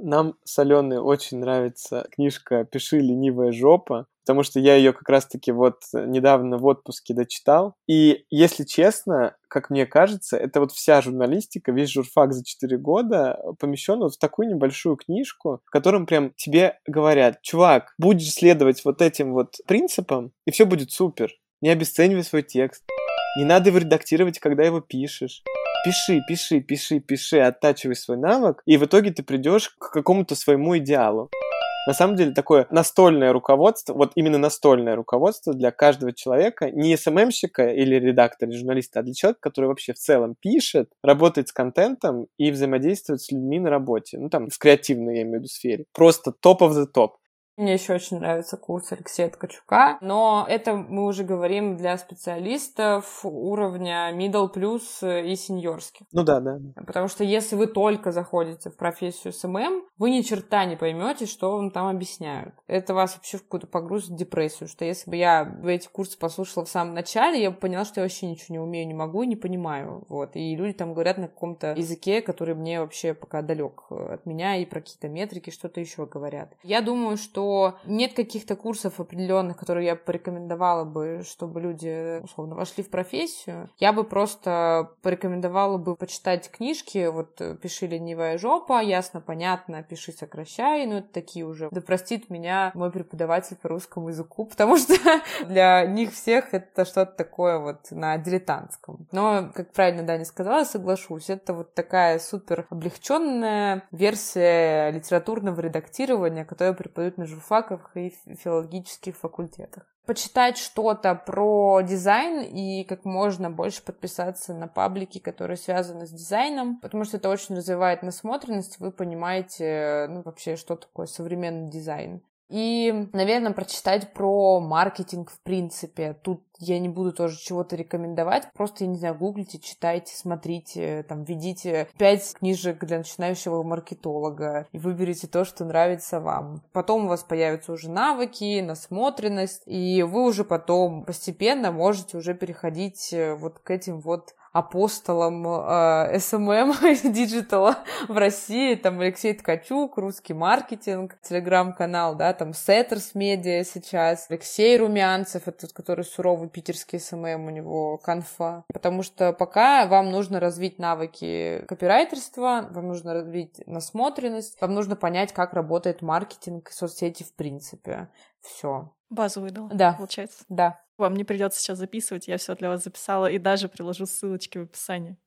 Нам с Аленой очень нравится книжка «Пиши, ленивая жопа», потому что я ее как раз-таки вот недавно в отпуске дочитал. И, если честно, как мне кажется, это вот вся журналистика, весь журфак за четыре года помещен вот в такую небольшую книжку, в котором прям тебе говорят: чувак, будешь следовать вот этим вот принципам, и все будет супер. Не обесценивай свой текст. Не надо его редактировать, когда его пишешь. Пиши, пиши, пиши, пиши, оттачивай свой навык, и в итоге ты придешь к какому-то своему идеалу. На самом деле, такое настольное руководство, вот именно настольное руководство для каждого человека, не эс эм эм-щика или редактора, или журналиста, а для человека, который вообще в целом пишет, работает с контентом и взаимодействует с людьми на работе. Ну, там, в креативной, я имею в виду, сфере. Просто top of the top. Мне еще очень нравится курс Алексея Ткачука, но это мы уже говорим для специалистов уровня middle плюс и сеньорских. Ну да, да. Потому что если вы только заходите в профессию эс эм эм, вы ни черта не поймете, что вам там объясняют. Это вас вообще в какую-то погрузит в депрессию, что если бы я эти курсы послушала в самом начале, я бы поняла, что я вообще ничего не умею, не могу и не понимаю. Вот. И люди там говорят на каком-то языке, который мне вообще пока далек от меня, и про какие-то метрики, что-то еще говорят. Я думаю, что нет каких-то курсов определенных, которые я порекомендовала бы, чтобы люди, условно, вошли в профессию. Я бы просто порекомендовала бы почитать книжки, вот «Пиши, ленивая жопа», «Ясно, понятно», «Пиши, сокращай», ну, это такие уже. Да простит меня мой преподаватель по русскому языку, потому что для них всех это что-то такое вот на дилетантском. Но, как правильно Даня сказала, соглашусь, это вот такая супер облегченная версия литературного редактирования, которую преподают на журфаках и филологических факультетах. Почитать что-то про дизайн и как можно больше подписаться на паблики, которые связаны с дизайном, потому что это очень развивает насмотренность, вы понимаете, ну, вообще, что такое современный дизайн. И, наверное, прочитать про маркетинг в принципе. Тут я не буду тоже чего-то рекомендовать. Просто, я не знаю, гуглите, читайте, смотрите, там, введите пять книжек для начинающего маркетолога и выберите то, что нравится вам. Потом у вас появятся уже навыки, насмотренность, и вы уже потом постепенно можете уже переходить вот к этим вот апостолом э, эс эм эм диджитала в России, там Алексей Ткачук, русский маркетинг, телеграм-канал, да, там Сеттерс Медиа сейчас, Алексей Румянцев, это тот, который суровый питерский эс эм эм, у него конфа. Потому что пока вам нужно развить навыки копирайтерства, вам нужно развить насмотренность, вам нужно понять, как работает маркетинг и соцсети в принципе. Все. Базу выдала, да. Получается? Да. Вам не придется сейчас записывать, я все для вас записала и даже приложу ссылочки в описании.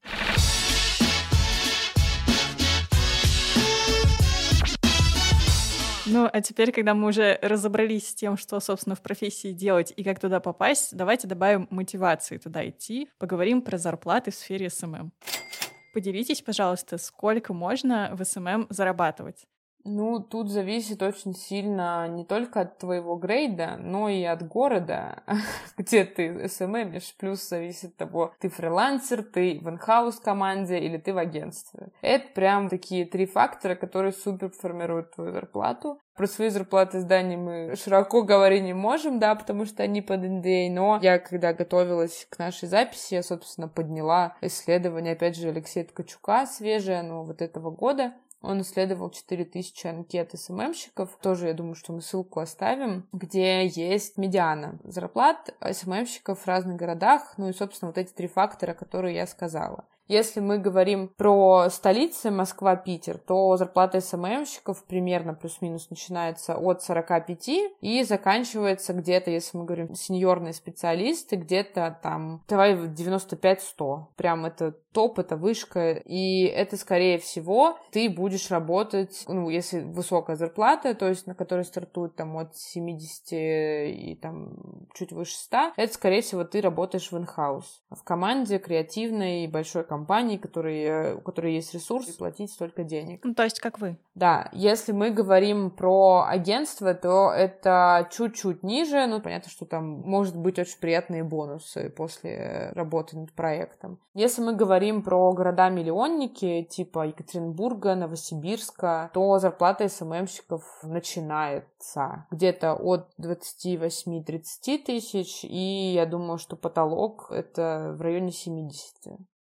Ну, а теперь, когда мы уже разобрались с тем, что, собственно, в профессии делать и как туда попасть, давайте добавим мотивации туда идти, поговорим про зарплаты в сфере эс эм эм. Поделитесь, пожалуйста, сколько можно в эс эм эм зарабатывать? Ну, тут зависит очень сильно не только от твоего грейда, но и от города, где ты эс эм эм-ишь, плюс зависит от того, ты фрилансер, ты в инхаус команде или ты в агентстве. Это прям такие три фактора, которые супер формируют твою зарплату. Про свои зарплаты зданий мы широко говорить не можем, да, потому что они под эн ди эй, но я, когда готовилась к нашей записи, я, собственно, подняла исследование, опять же, Алексея Ткачука, свежее, но вот этого года. Он исследовал четыре тысячи анкет эс эм эм-щиков. Тоже, я думаю, что мы ссылку оставим, где есть медиана зарплат эс эм эм-щиков в разных городах. Ну и, собственно, вот эти три фактора, которые я сказала. Если мы говорим про столицы Москва, Питер, то зарплата эс эм эм-щиков примерно плюс-минус начинается от сорока пяти и заканчивается где-то, если мы говорим сеньорные специалисты, где-то там, давай, девяносто пять сто. Прям это топ, это вышка. И это, скорее всего, ты будешь работать, ну, если высокая зарплата, то есть на которой стартует там от семидесяти и там чуть выше ста, это, скорее всего, ты работаешь в инхаус. В команде креативной большой компании, компаний, которые, у которой есть ресурсы, платить столько денег. Ну, то есть как вы. Да, если мы говорим про агентство, то это чуть-чуть ниже. Ну, понятно, что там может быть очень приятные бонусы после работы над проектом. Если мы говорим про города-миллионники, типа Екатеринбурга, Новосибирска, то зарплата эс эм эм-щиков начинается где-то от двадцати восьми тридцати тысяч, и я думаю, что потолок это в районе семидесяти.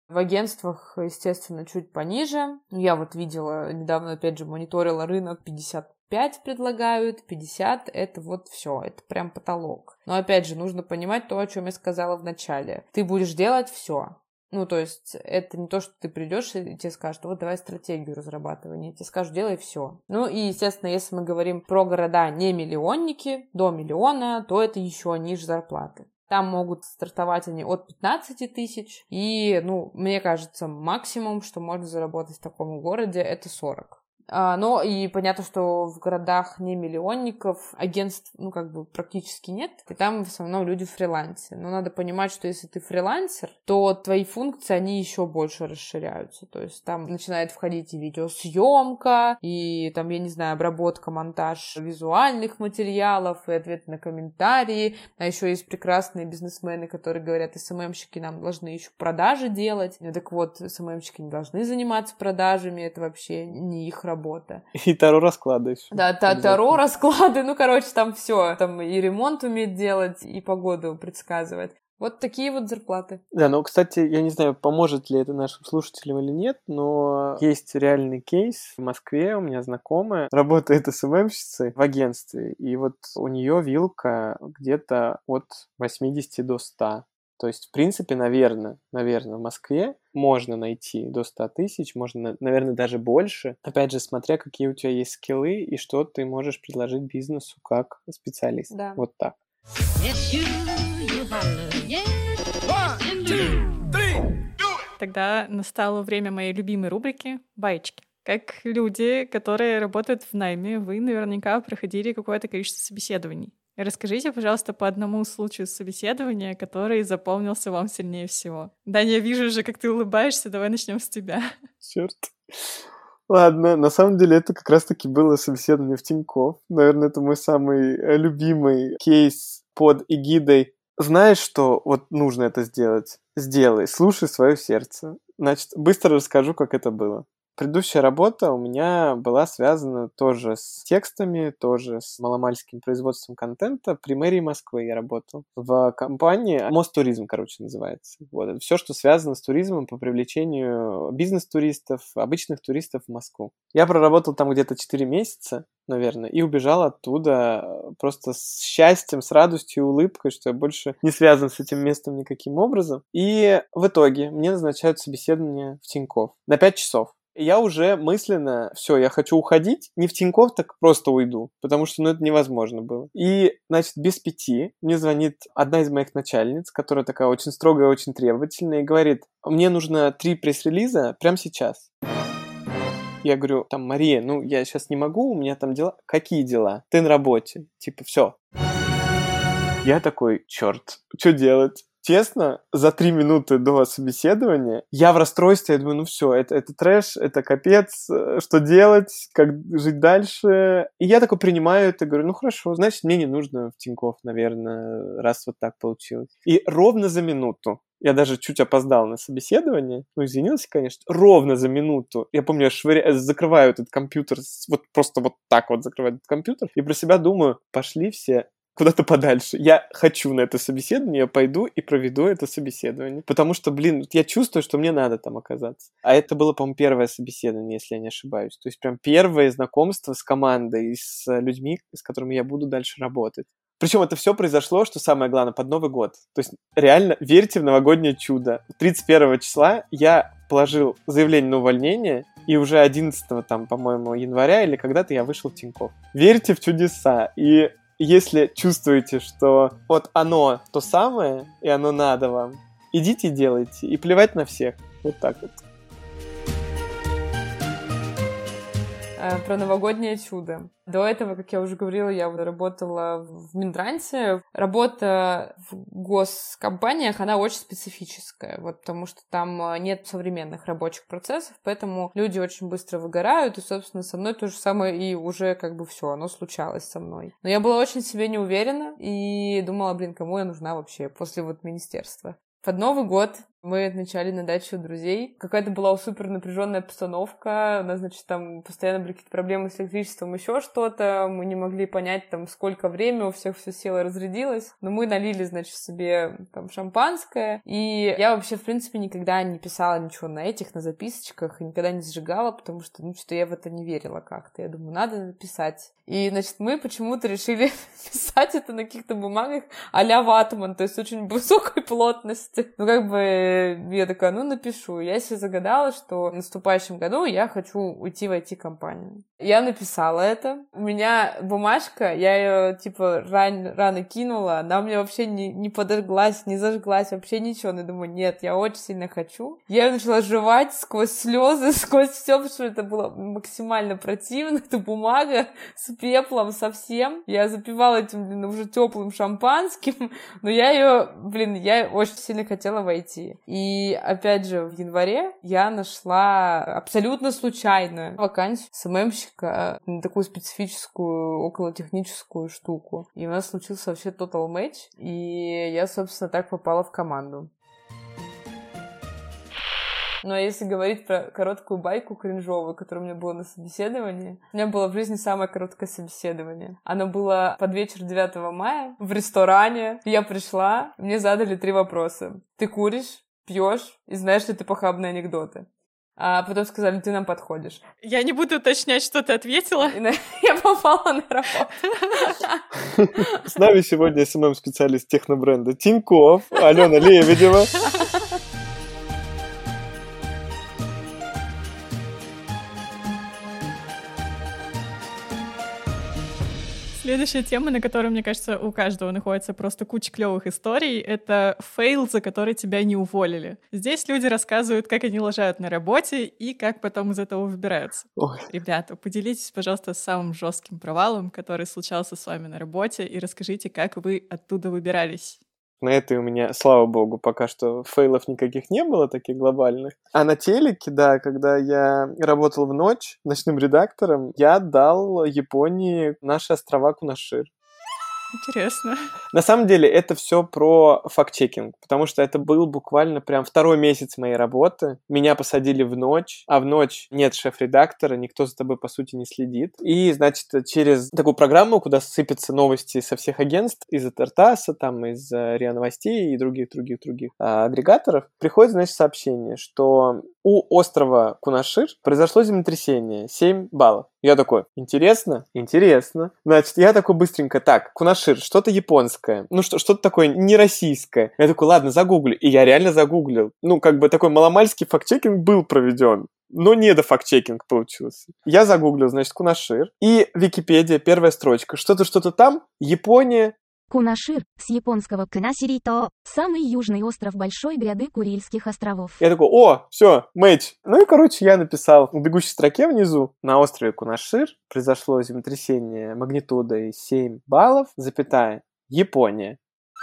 В агентствах, естественно, чуть пониже. Я вот видела, недавно, опять же, мониторила рынок, пятьдесят пять предлагают, пятьдесят — это вот все, это прям потолок. Но, опять же, нужно понимать то, о чем я сказала в начале. Ты будешь делать все. Ну, то есть, это не то, что ты придешь и тебе скажут, вот давай стратегию разрабатывания. Тебе скажут, делай все. Ну, и, естественно, если мы говорим про города не миллионники, до миллиона, то это еще ниже зарплаты. Там могут стартовать они от пятнадцати тысяч. И, ну, мне кажется, максимум, что можно заработать в таком городе, это сорок. А, но и понятно, что в городах не миллионников агентств, ну, как бы практически нет. И там в основном люди в фрилансе. Но надо понимать, что если ты фрилансер, то твои функции, они еще больше расширяются. То есть там начинает входить и видеосъемка, и там, я не знаю, обработка, монтаж визуальных материалов, и ответы на комментарии. А еще есть прекрасные бизнесмены, которые говорят, СММщики нам должны еще продажи делать. Так вот, СММщики не должны заниматься продажами, это вообще не их работа. Работа. И таро-расклады еще. Да, та- таро-расклады, ну, короче, там все. Там и ремонт уметь делать, и погоду предсказывать. Вот такие вот зарплаты. Да, ну, кстати, я не знаю, поможет ли это нашим слушателям или нет, но есть реальный кейс в Москве, у меня знакомая, работает СММщицей в агентстве, и вот у нее вилка где-то от восьмидесяти до ста. То есть, в принципе, наверное, наверное, в Москве можно найти до ста тысяч, можно, наверное, даже больше. Опять же, смотря какие у тебя есть скиллы и что ты можешь предложить бизнесу как специалист. Да. Вот так. Тогда настало время моей любимой рубрики «Баечки». Как люди, которые работают в найме, вы наверняка проходили какое-то количество собеседований. Расскажите, пожалуйста, по одному случаю собеседования, который запомнился вам сильнее всего. Даня, я вижу уже, как ты улыбаешься, давай начнем с тебя. Черт. Ладно, на самом деле это как раз-таки было собеседование в Тинькофф. Наверное, это мой самый любимый кейс под эгидой. Знаешь, что вот нужно это сделать? Сделай, слушай свое сердце. Значит, быстро расскажу, как это было. Предыдущая работа у меня была связана тоже с текстами, тоже с маломальским производством контента. При мэрии Москвы я работал в компании Мостуризм, короче, называется. Вот. Все, что связано с туризмом по привлечению бизнес-туристов, обычных туристов в Москву. Я проработал там где-то четыре месяца, наверное, и убежал оттуда просто с счастьем, с радостью, улыбкой, что я больше не связан с этим местом никаким образом. И в итоге мне назначают собеседование в Тинькофф на пять часов. Я уже мысленно, все, я хочу уходить, не в Тинькофф, так просто уйду, потому что, ну, это невозможно было. И, значит, без пяти мне звонит одна из моих начальниц, которая такая очень строгая, очень требовательная, и говорит, мне нужно три пресс-релиза прямо сейчас. Я говорю, там, Мария, ну, я сейчас не могу, у меня там дела. Какие дела? Ты на работе. Типа, все. Я такой, черт, что делать? Честно, за три минуты до собеседования я в расстройстве, я думаю, ну все, это, это трэш, это капец, что делать, как жить дальше. И я такой принимаю это, говорю, ну хорошо, значит, мне не нужно в Тинькофф, наверное, раз вот так получилось. И ровно за минуту, я даже чуть опоздал на собеседование, ну, извинился, конечно, ровно за минуту. Я помню, я швыря... закрываю этот компьютер, вот просто вот так вот закрываю этот компьютер, и про себя думаю, пошли все куда-то подальше. Я хочу на это собеседование, я пойду и проведу это собеседование. Потому что, блин, я чувствую, что мне надо там оказаться. А это было, по-моему, первое собеседование, если я не ошибаюсь. То есть прям первое знакомство с командой, с людьми, с которыми я буду дальше работать. Причем это все произошло, что самое главное, под Новый год. То есть реально верьте в новогоднее чудо. тридцать первого числа я положил заявление на увольнение, и уже одиннадцатого, там, по-моему, января или когда-то я вышел в Тинькофф. Верьте в чудеса. И если чувствуете, что вот оно то самое, и оно надо вам, идите и делайте. И плевать на всех. Вот так вот. Про новогоднее чудо. До этого, как я уже говорила, я работала в Минтрансе. Работа в госкомпаниях, она очень специфическая, вот, потому что там нет современных рабочих процессов, поэтому люди очень быстро выгорают, и, собственно, со мной то же самое, и уже как бы все, оно случалось со мной. Но я была очень в себе не уверена и думала, блин, кому я нужна вообще после вот министерства. Под Новый год Мы отмечали на даче у друзей. Какая-то была супер напряженная обстановка. У нас, значит, там постоянно были какие-то проблемы с электричеством, еще что-то. Мы не могли понять, там, сколько времени, у всех все село разрядилось. Но мы налили, значит, себе там шампанское. И я вообще, в принципе, никогда не писала ничего на этих, на записочках, и никогда не сжигала, потому что, ну, что я в это не верила как-то. Я думаю, надо написать. И, значит, мы почему-то решили писать это на каких-то бумагах а-ля ватман, то есть очень высокой плотности. Ну, как бы я такая, ну, напишу. Я себе загадала, что в наступающем году я хочу уйти в ай ти-компанию. Я написала это. У меня бумажка, я ее, типа, ран, рано кинула, она у меня вообще не, не подожглась, не зажглась, вообще ничего. Но я думаю, нет, я очень сильно хочу. Я ее начала жевать сквозь слезы, сквозь все, потому что это было максимально противно. Это бумага с пеплом совсем. Я запивала этим, блин, уже теплым шампанским, но я ее, блин, я очень сильно хотела войти. И, опять же, в январе я нашла абсолютно случайно вакансию СММщика на такую специфическую, околотехническую штуку. И у нас случился вообще total match, и я, собственно, так попала в команду. Ну, а если говорить про короткую байку кринжовую, которая у меня была на собеседовании, у меня было в жизни самое короткое собеседование. Оно было под вечер девятого мая в ресторане. Я пришла, мне задали три вопроса. Ты куришь, пьешь и знаешь ли ты похабные анекдоты? А потом сказали, ты нам подходишь. Я не буду уточнять, что ты ответила. Я попала на работу. С нами сегодня эс эм эм-специалист технобренда Тинькофф, Алена Лебедева. Следующая тема, на которой, мне кажется, у каждого находится просто куча клевых историй, это фейл, за который тебя не уволили. Здесь люди рассказывают, как они лажают на работе и как потом из этого выбираются. Ой. Ребята, поделитесь, пожалуйста, самым жестким провалом, который случался с вами на работе, и расскажите, как вы оттуда выбирались. На этой у меня, слава богу, пока что фейлов никаких не было, таких глобальных. А на телеке, да, когда я работал в ночь ночным редактором, я отдал Японии наши острова Кунашир. Интересно. На самом деле это все про факт-чекинг, потому что это был буквально прям второй месяц моей работы. Меня посадили в ночь, а в ночь нет шеф-редактора, никто за тобой, по сути, не следит. И, значит, через такую программу, куда сыпятся новости со всех агентств, из Тартаса, там, из РИА Новостей и других-других-других а, агрегаторов, приходит, значит, сообщение, что у острова Кунашир произошло землетрясение, семь баллов. Я такой, интересно? Интересно. Значит, я такой быстренько, так, Кунашир, что-то японское, ну что, что-то такое не российское. Я такой, ладно, загуглю. И я реально загуглил. Ну, как бы такой маломальский факт-чекинг был проведен. Но не до факт-чекинг получился. Я загуглил, значит, Кунашир. И Википедия, первая строчка. Что-то, что-то там, Япония. Кунашир, с японского Кунаширито, самый южный остров большой гряды Курильских островов. Я такой, о, все, матч. Ну и, короче, я написал в бегущей строке внизу, на острове Кунашир произошло землетрясение магнитудой семь баллов, запятая, Япония.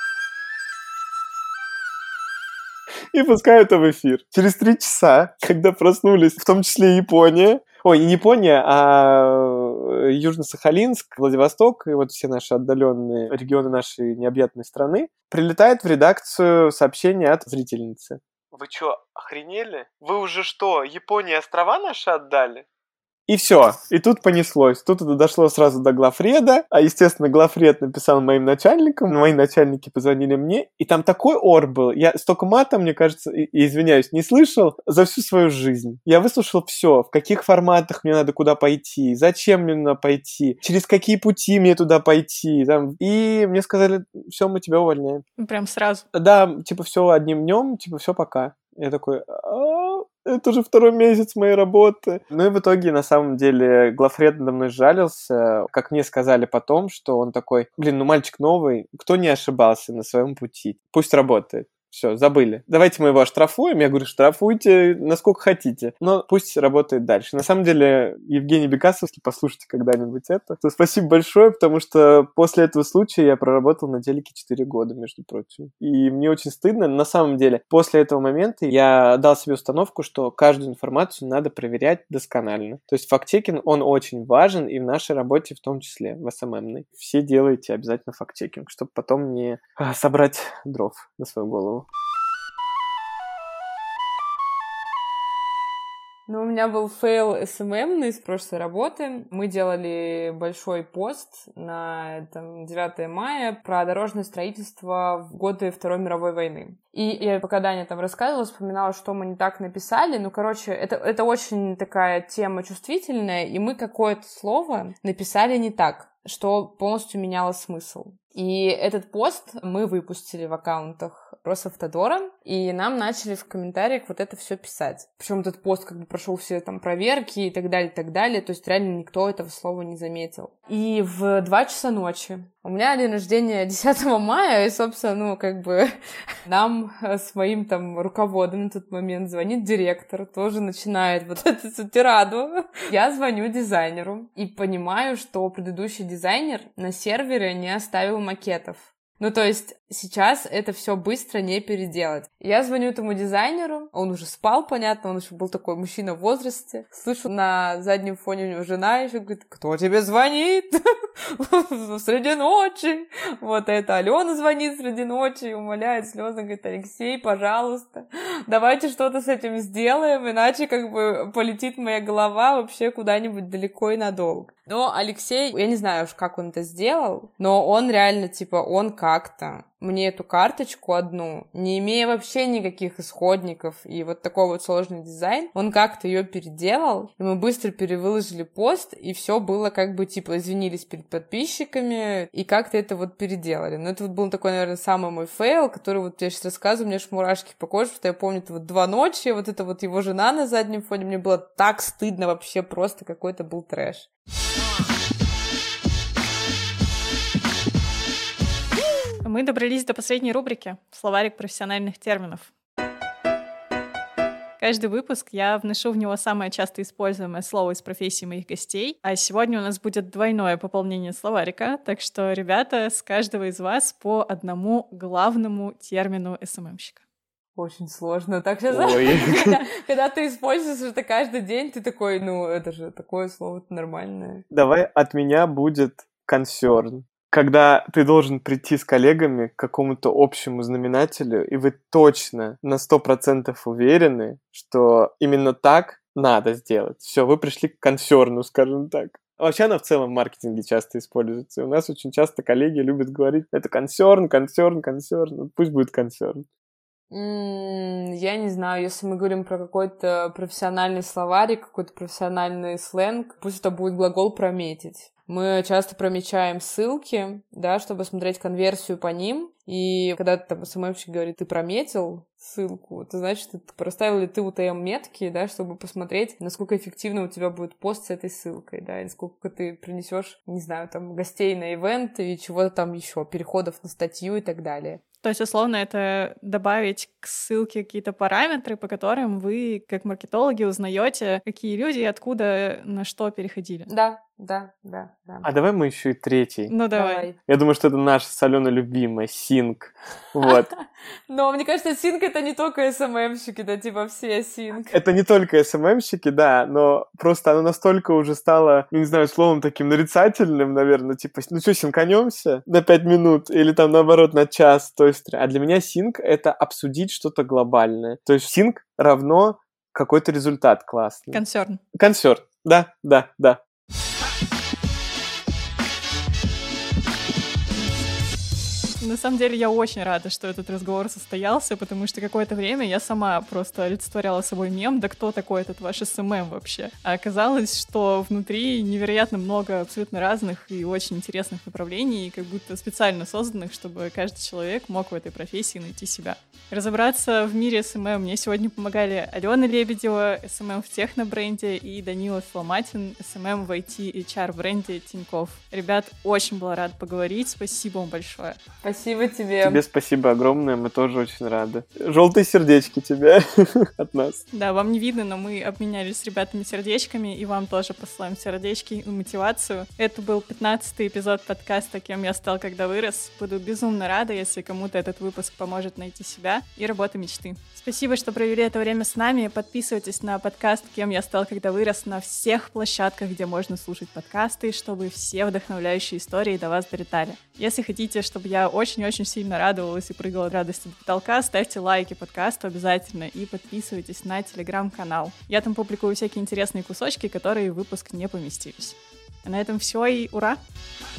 И пускаю это в эфир. Через три часа, когда проснулись, в том числе Япония, ой, не Япония, а Южно-Сахалинск, Владивосток и вот все наши отдаленные регионы нашей необъятной страны, прилетает в редакцию сообщение от зрительницы. Вы что, охренели? Вы уже что, Японии острова наши отдали? И все. И тут понеслось. Тут это дошло сразу до главреда. А, естественно, главред написал моим начальникам. Мои начальники позвонили мне. И там такой ор был. Я столько мата, мне кажется, и, и извиняюсь, не слышал за всю свою жизнь. Я выслушал все. В каких форматах мне надо куда пойти. Зачем мне надо пойти. Через какие пути мне туда пойти. Там. И мне сказали, все, мы тебя увольняем. Прям сразу? Да, типа все одним днем, типа все, пока. Я такой... Это уже второй месяц моей работы. Ну и в итоге, на самом деле, главред надо мной сжалился. Как мне сказали потом, что он такой, блин, ну мальчик новый, кто не ошибался на своем пути? Пусть работает. Все, забыли. Давайте мы его оштрафуем. Я говорю, штрафуйте насколько хотите. Но пусть работает дальше. На самом деле, Евгений Бекасовский, послушайте когда-нибудь это. То спасибо большое, потому что после этого случая я проработал на телеке четыре года, между прочим. И мне очень стыдно. На самом деле, после этого момента я дал себе установку, что каждую информацию надо проверять досконально. То есть факт-чекинг, он очень важен и в нашей работе в том числе, в эс эм эм-ной. Все делайте обязательно факт-чекинг, чтобы потом не собрать дров на свою голову. Ну, у меня был фейл эс эм эм из прошлой работы. Мы делали большой пост на там, девятое мая про дорожное строительство в годы Второй мировой войны. И я, пока Даня там рассказывала, вспоминала, что мы не так написали. Ну, короче, это, это очень такая тема чувствительная, и мы какое-то слово написали не так, что полностью меняло смысл. И этот пост мы выпустили в аккаунтах Росавтодора, и нам начали в комментариях вот это все писать. Причем этот пост как бы прошел все там проверки и так далее, и так далее. То есть реально никто этого слова не заметил. И в два часа ночи у меня день рождения десятого мая, и, собственно, ну, как бы нам с моим там руководом на тот момент звонит директор, тоже начинает вот эту тираду. Я звоню дизайнеру и понимаю, что предыдущий дизайнер на сервере не оставил макетов. Ну, то есть сейчас это все быстро не переделать. Я звоню этому дизайнеру, он уже спал, понятно, он еще был такой мужчина в возрасте. Слышу на заднем фоне у него жена еще говорит: кто тебе звонит среди ночи? Вот это Алена звонит среди ночи и умоляет слезно, говорит: Алексей, пожалуйста, давайте что-то с этим сделаем, иначе как бы полетит моя голова вообще куда-нибудь далеко и надолго. Но Алексей, я не знаю уж, как он это сделал, но он реально, типа, он как-то мне эту карточку одну, не имея вообще никаких исходников и вот такой вот сложный дизайн, он как-то ее переделал, и мы быстро перевыложили пост, и все было как бы, типа, извинились перед подписчиками, и как-то это вот переделали. Но это вот был такой, наверное, самый мой фейл, который вот я сейчас рассказываю, у меня аж мурашки по коже, что я помню, это вот два ночи, вот это вот его жена на заднем фоне, мне было так стыдно вообще, просто какой-то был трэш. Мы добрались до последней рубрики «Словарик профессиональных терминов». Каждый выпуск я вношу в него самое часто используемое слово из профессии моих гостей, а сегодня у нас будет двойное пополнение словарика, так что, ребята, с каждого из вас по одному главному термину эс эм эм-щика. Очень сложно. Так сейчас, когда, когда ты используешь это каждый день, ты такой, ну, это же такое слово нормальное. Давай от меня будет concern. Когда ты должен прийти с коллегами к какому-то общему знаменателю, и вы точно на сто процентов уверены, что именно так надо сделать. Все, вы пришли к консерну, скажем так. Вообще она в целом в маркетинге часто используется. И у нас очень часто коллеги любят говорить: это консерн, консерн, консерн. Пусть будет консерн. Mm, я не знаю, если мы говорим про какой-то профессиональный словарик, какой-то профессиональный сленг, пусть это будет глагол «прометить». Мы часто промечаем ссылки, да, чтобы смотреть конверсию по ним. И когда там эс эм эм-щик говорит: ты прометил ссылку, это значит, ты проставил ли ты ю ти эм-метки, да, чтобы посмотреть, насколько эффективно у тебя будет пост с этой ссылкой, да, и сколько ты принесешь, не знаю, там, гостей на ивент и чего-то там еще, переходов на статью и так далее. То есть, условно, это добавить к ссылке какие-то параметры, по которым вы, как маркетологи, узнаете, какие люди и откуда на что переходили. Да, да, да, да. А давай мы еще и третий. Ну, давай. Давай. Я думаю, что это наша с Аленой любимая, синк. Вот. Но мне кажется, синк — это не только эс эм эм-щики, да, типа все синк. Это не только эс эм эм-щики, да, но просто оно настолько уже стало, не знаю, словом таким нарицательным, наверное, типа, ну что, синканемся на пять минут или там, наоборот, на час. То есть, а для меня синк — это обсудить что-то глобальное. То есть синк равно какой-то результат классный. Консерн. Консерн, да, да, да. На самом деле, я очень рада, что этот разговор состоялся, потому что какое-то время я сама просто олицетворяла собой мем: да кто такой этот ваш эс эм эм вообще? А оказалось, что внутри невероятно много абсолютно разных и очень интересных направлений, как будто специально созданных, чтобы каждый человек мог в этой профессии найти себя. Разобраться в мире эс эм эм мне сегодня помогали Алена Лебедева, эс эм эм в технобренде, и Данила Соломатин, эс эм эм в ай ти эйч ар-бренде Тинькофф. Ребят, очень была рада поговорить, спасибо вам большое. Спасибо тебе. Тебе спасибо огромное, мы тоже очень рады. Желтые сердечки тебе от нас. Да, вам не видно, но мы обменялись с ребятами сердечками, и вам тоже посылаем сердечки и мотивацию. Это был пятнадцатый эпизод подкаста «Кем я стал, когда вырос». Буду безумно рада, если кому-то этот выпуск поможет найти себя и работу мечты. Спасибо, что провели это время с нами. Подписывайтесь на подкаст «Кем я стал, когда вырос» на всех площадках, где можно слушать подкасты, чтобы все вдохновляющие истории до вас долетали. Если хотите, чтобы я очень очень-очень сильно радовалась и прыгала от радости до потолка. Ставьте лайки подкасту обязательно и подписывайтесь на телеграм-канал. Я там публикую всякие интересные кусочки, которые в выпуск не поместились. А на этом все, и ура!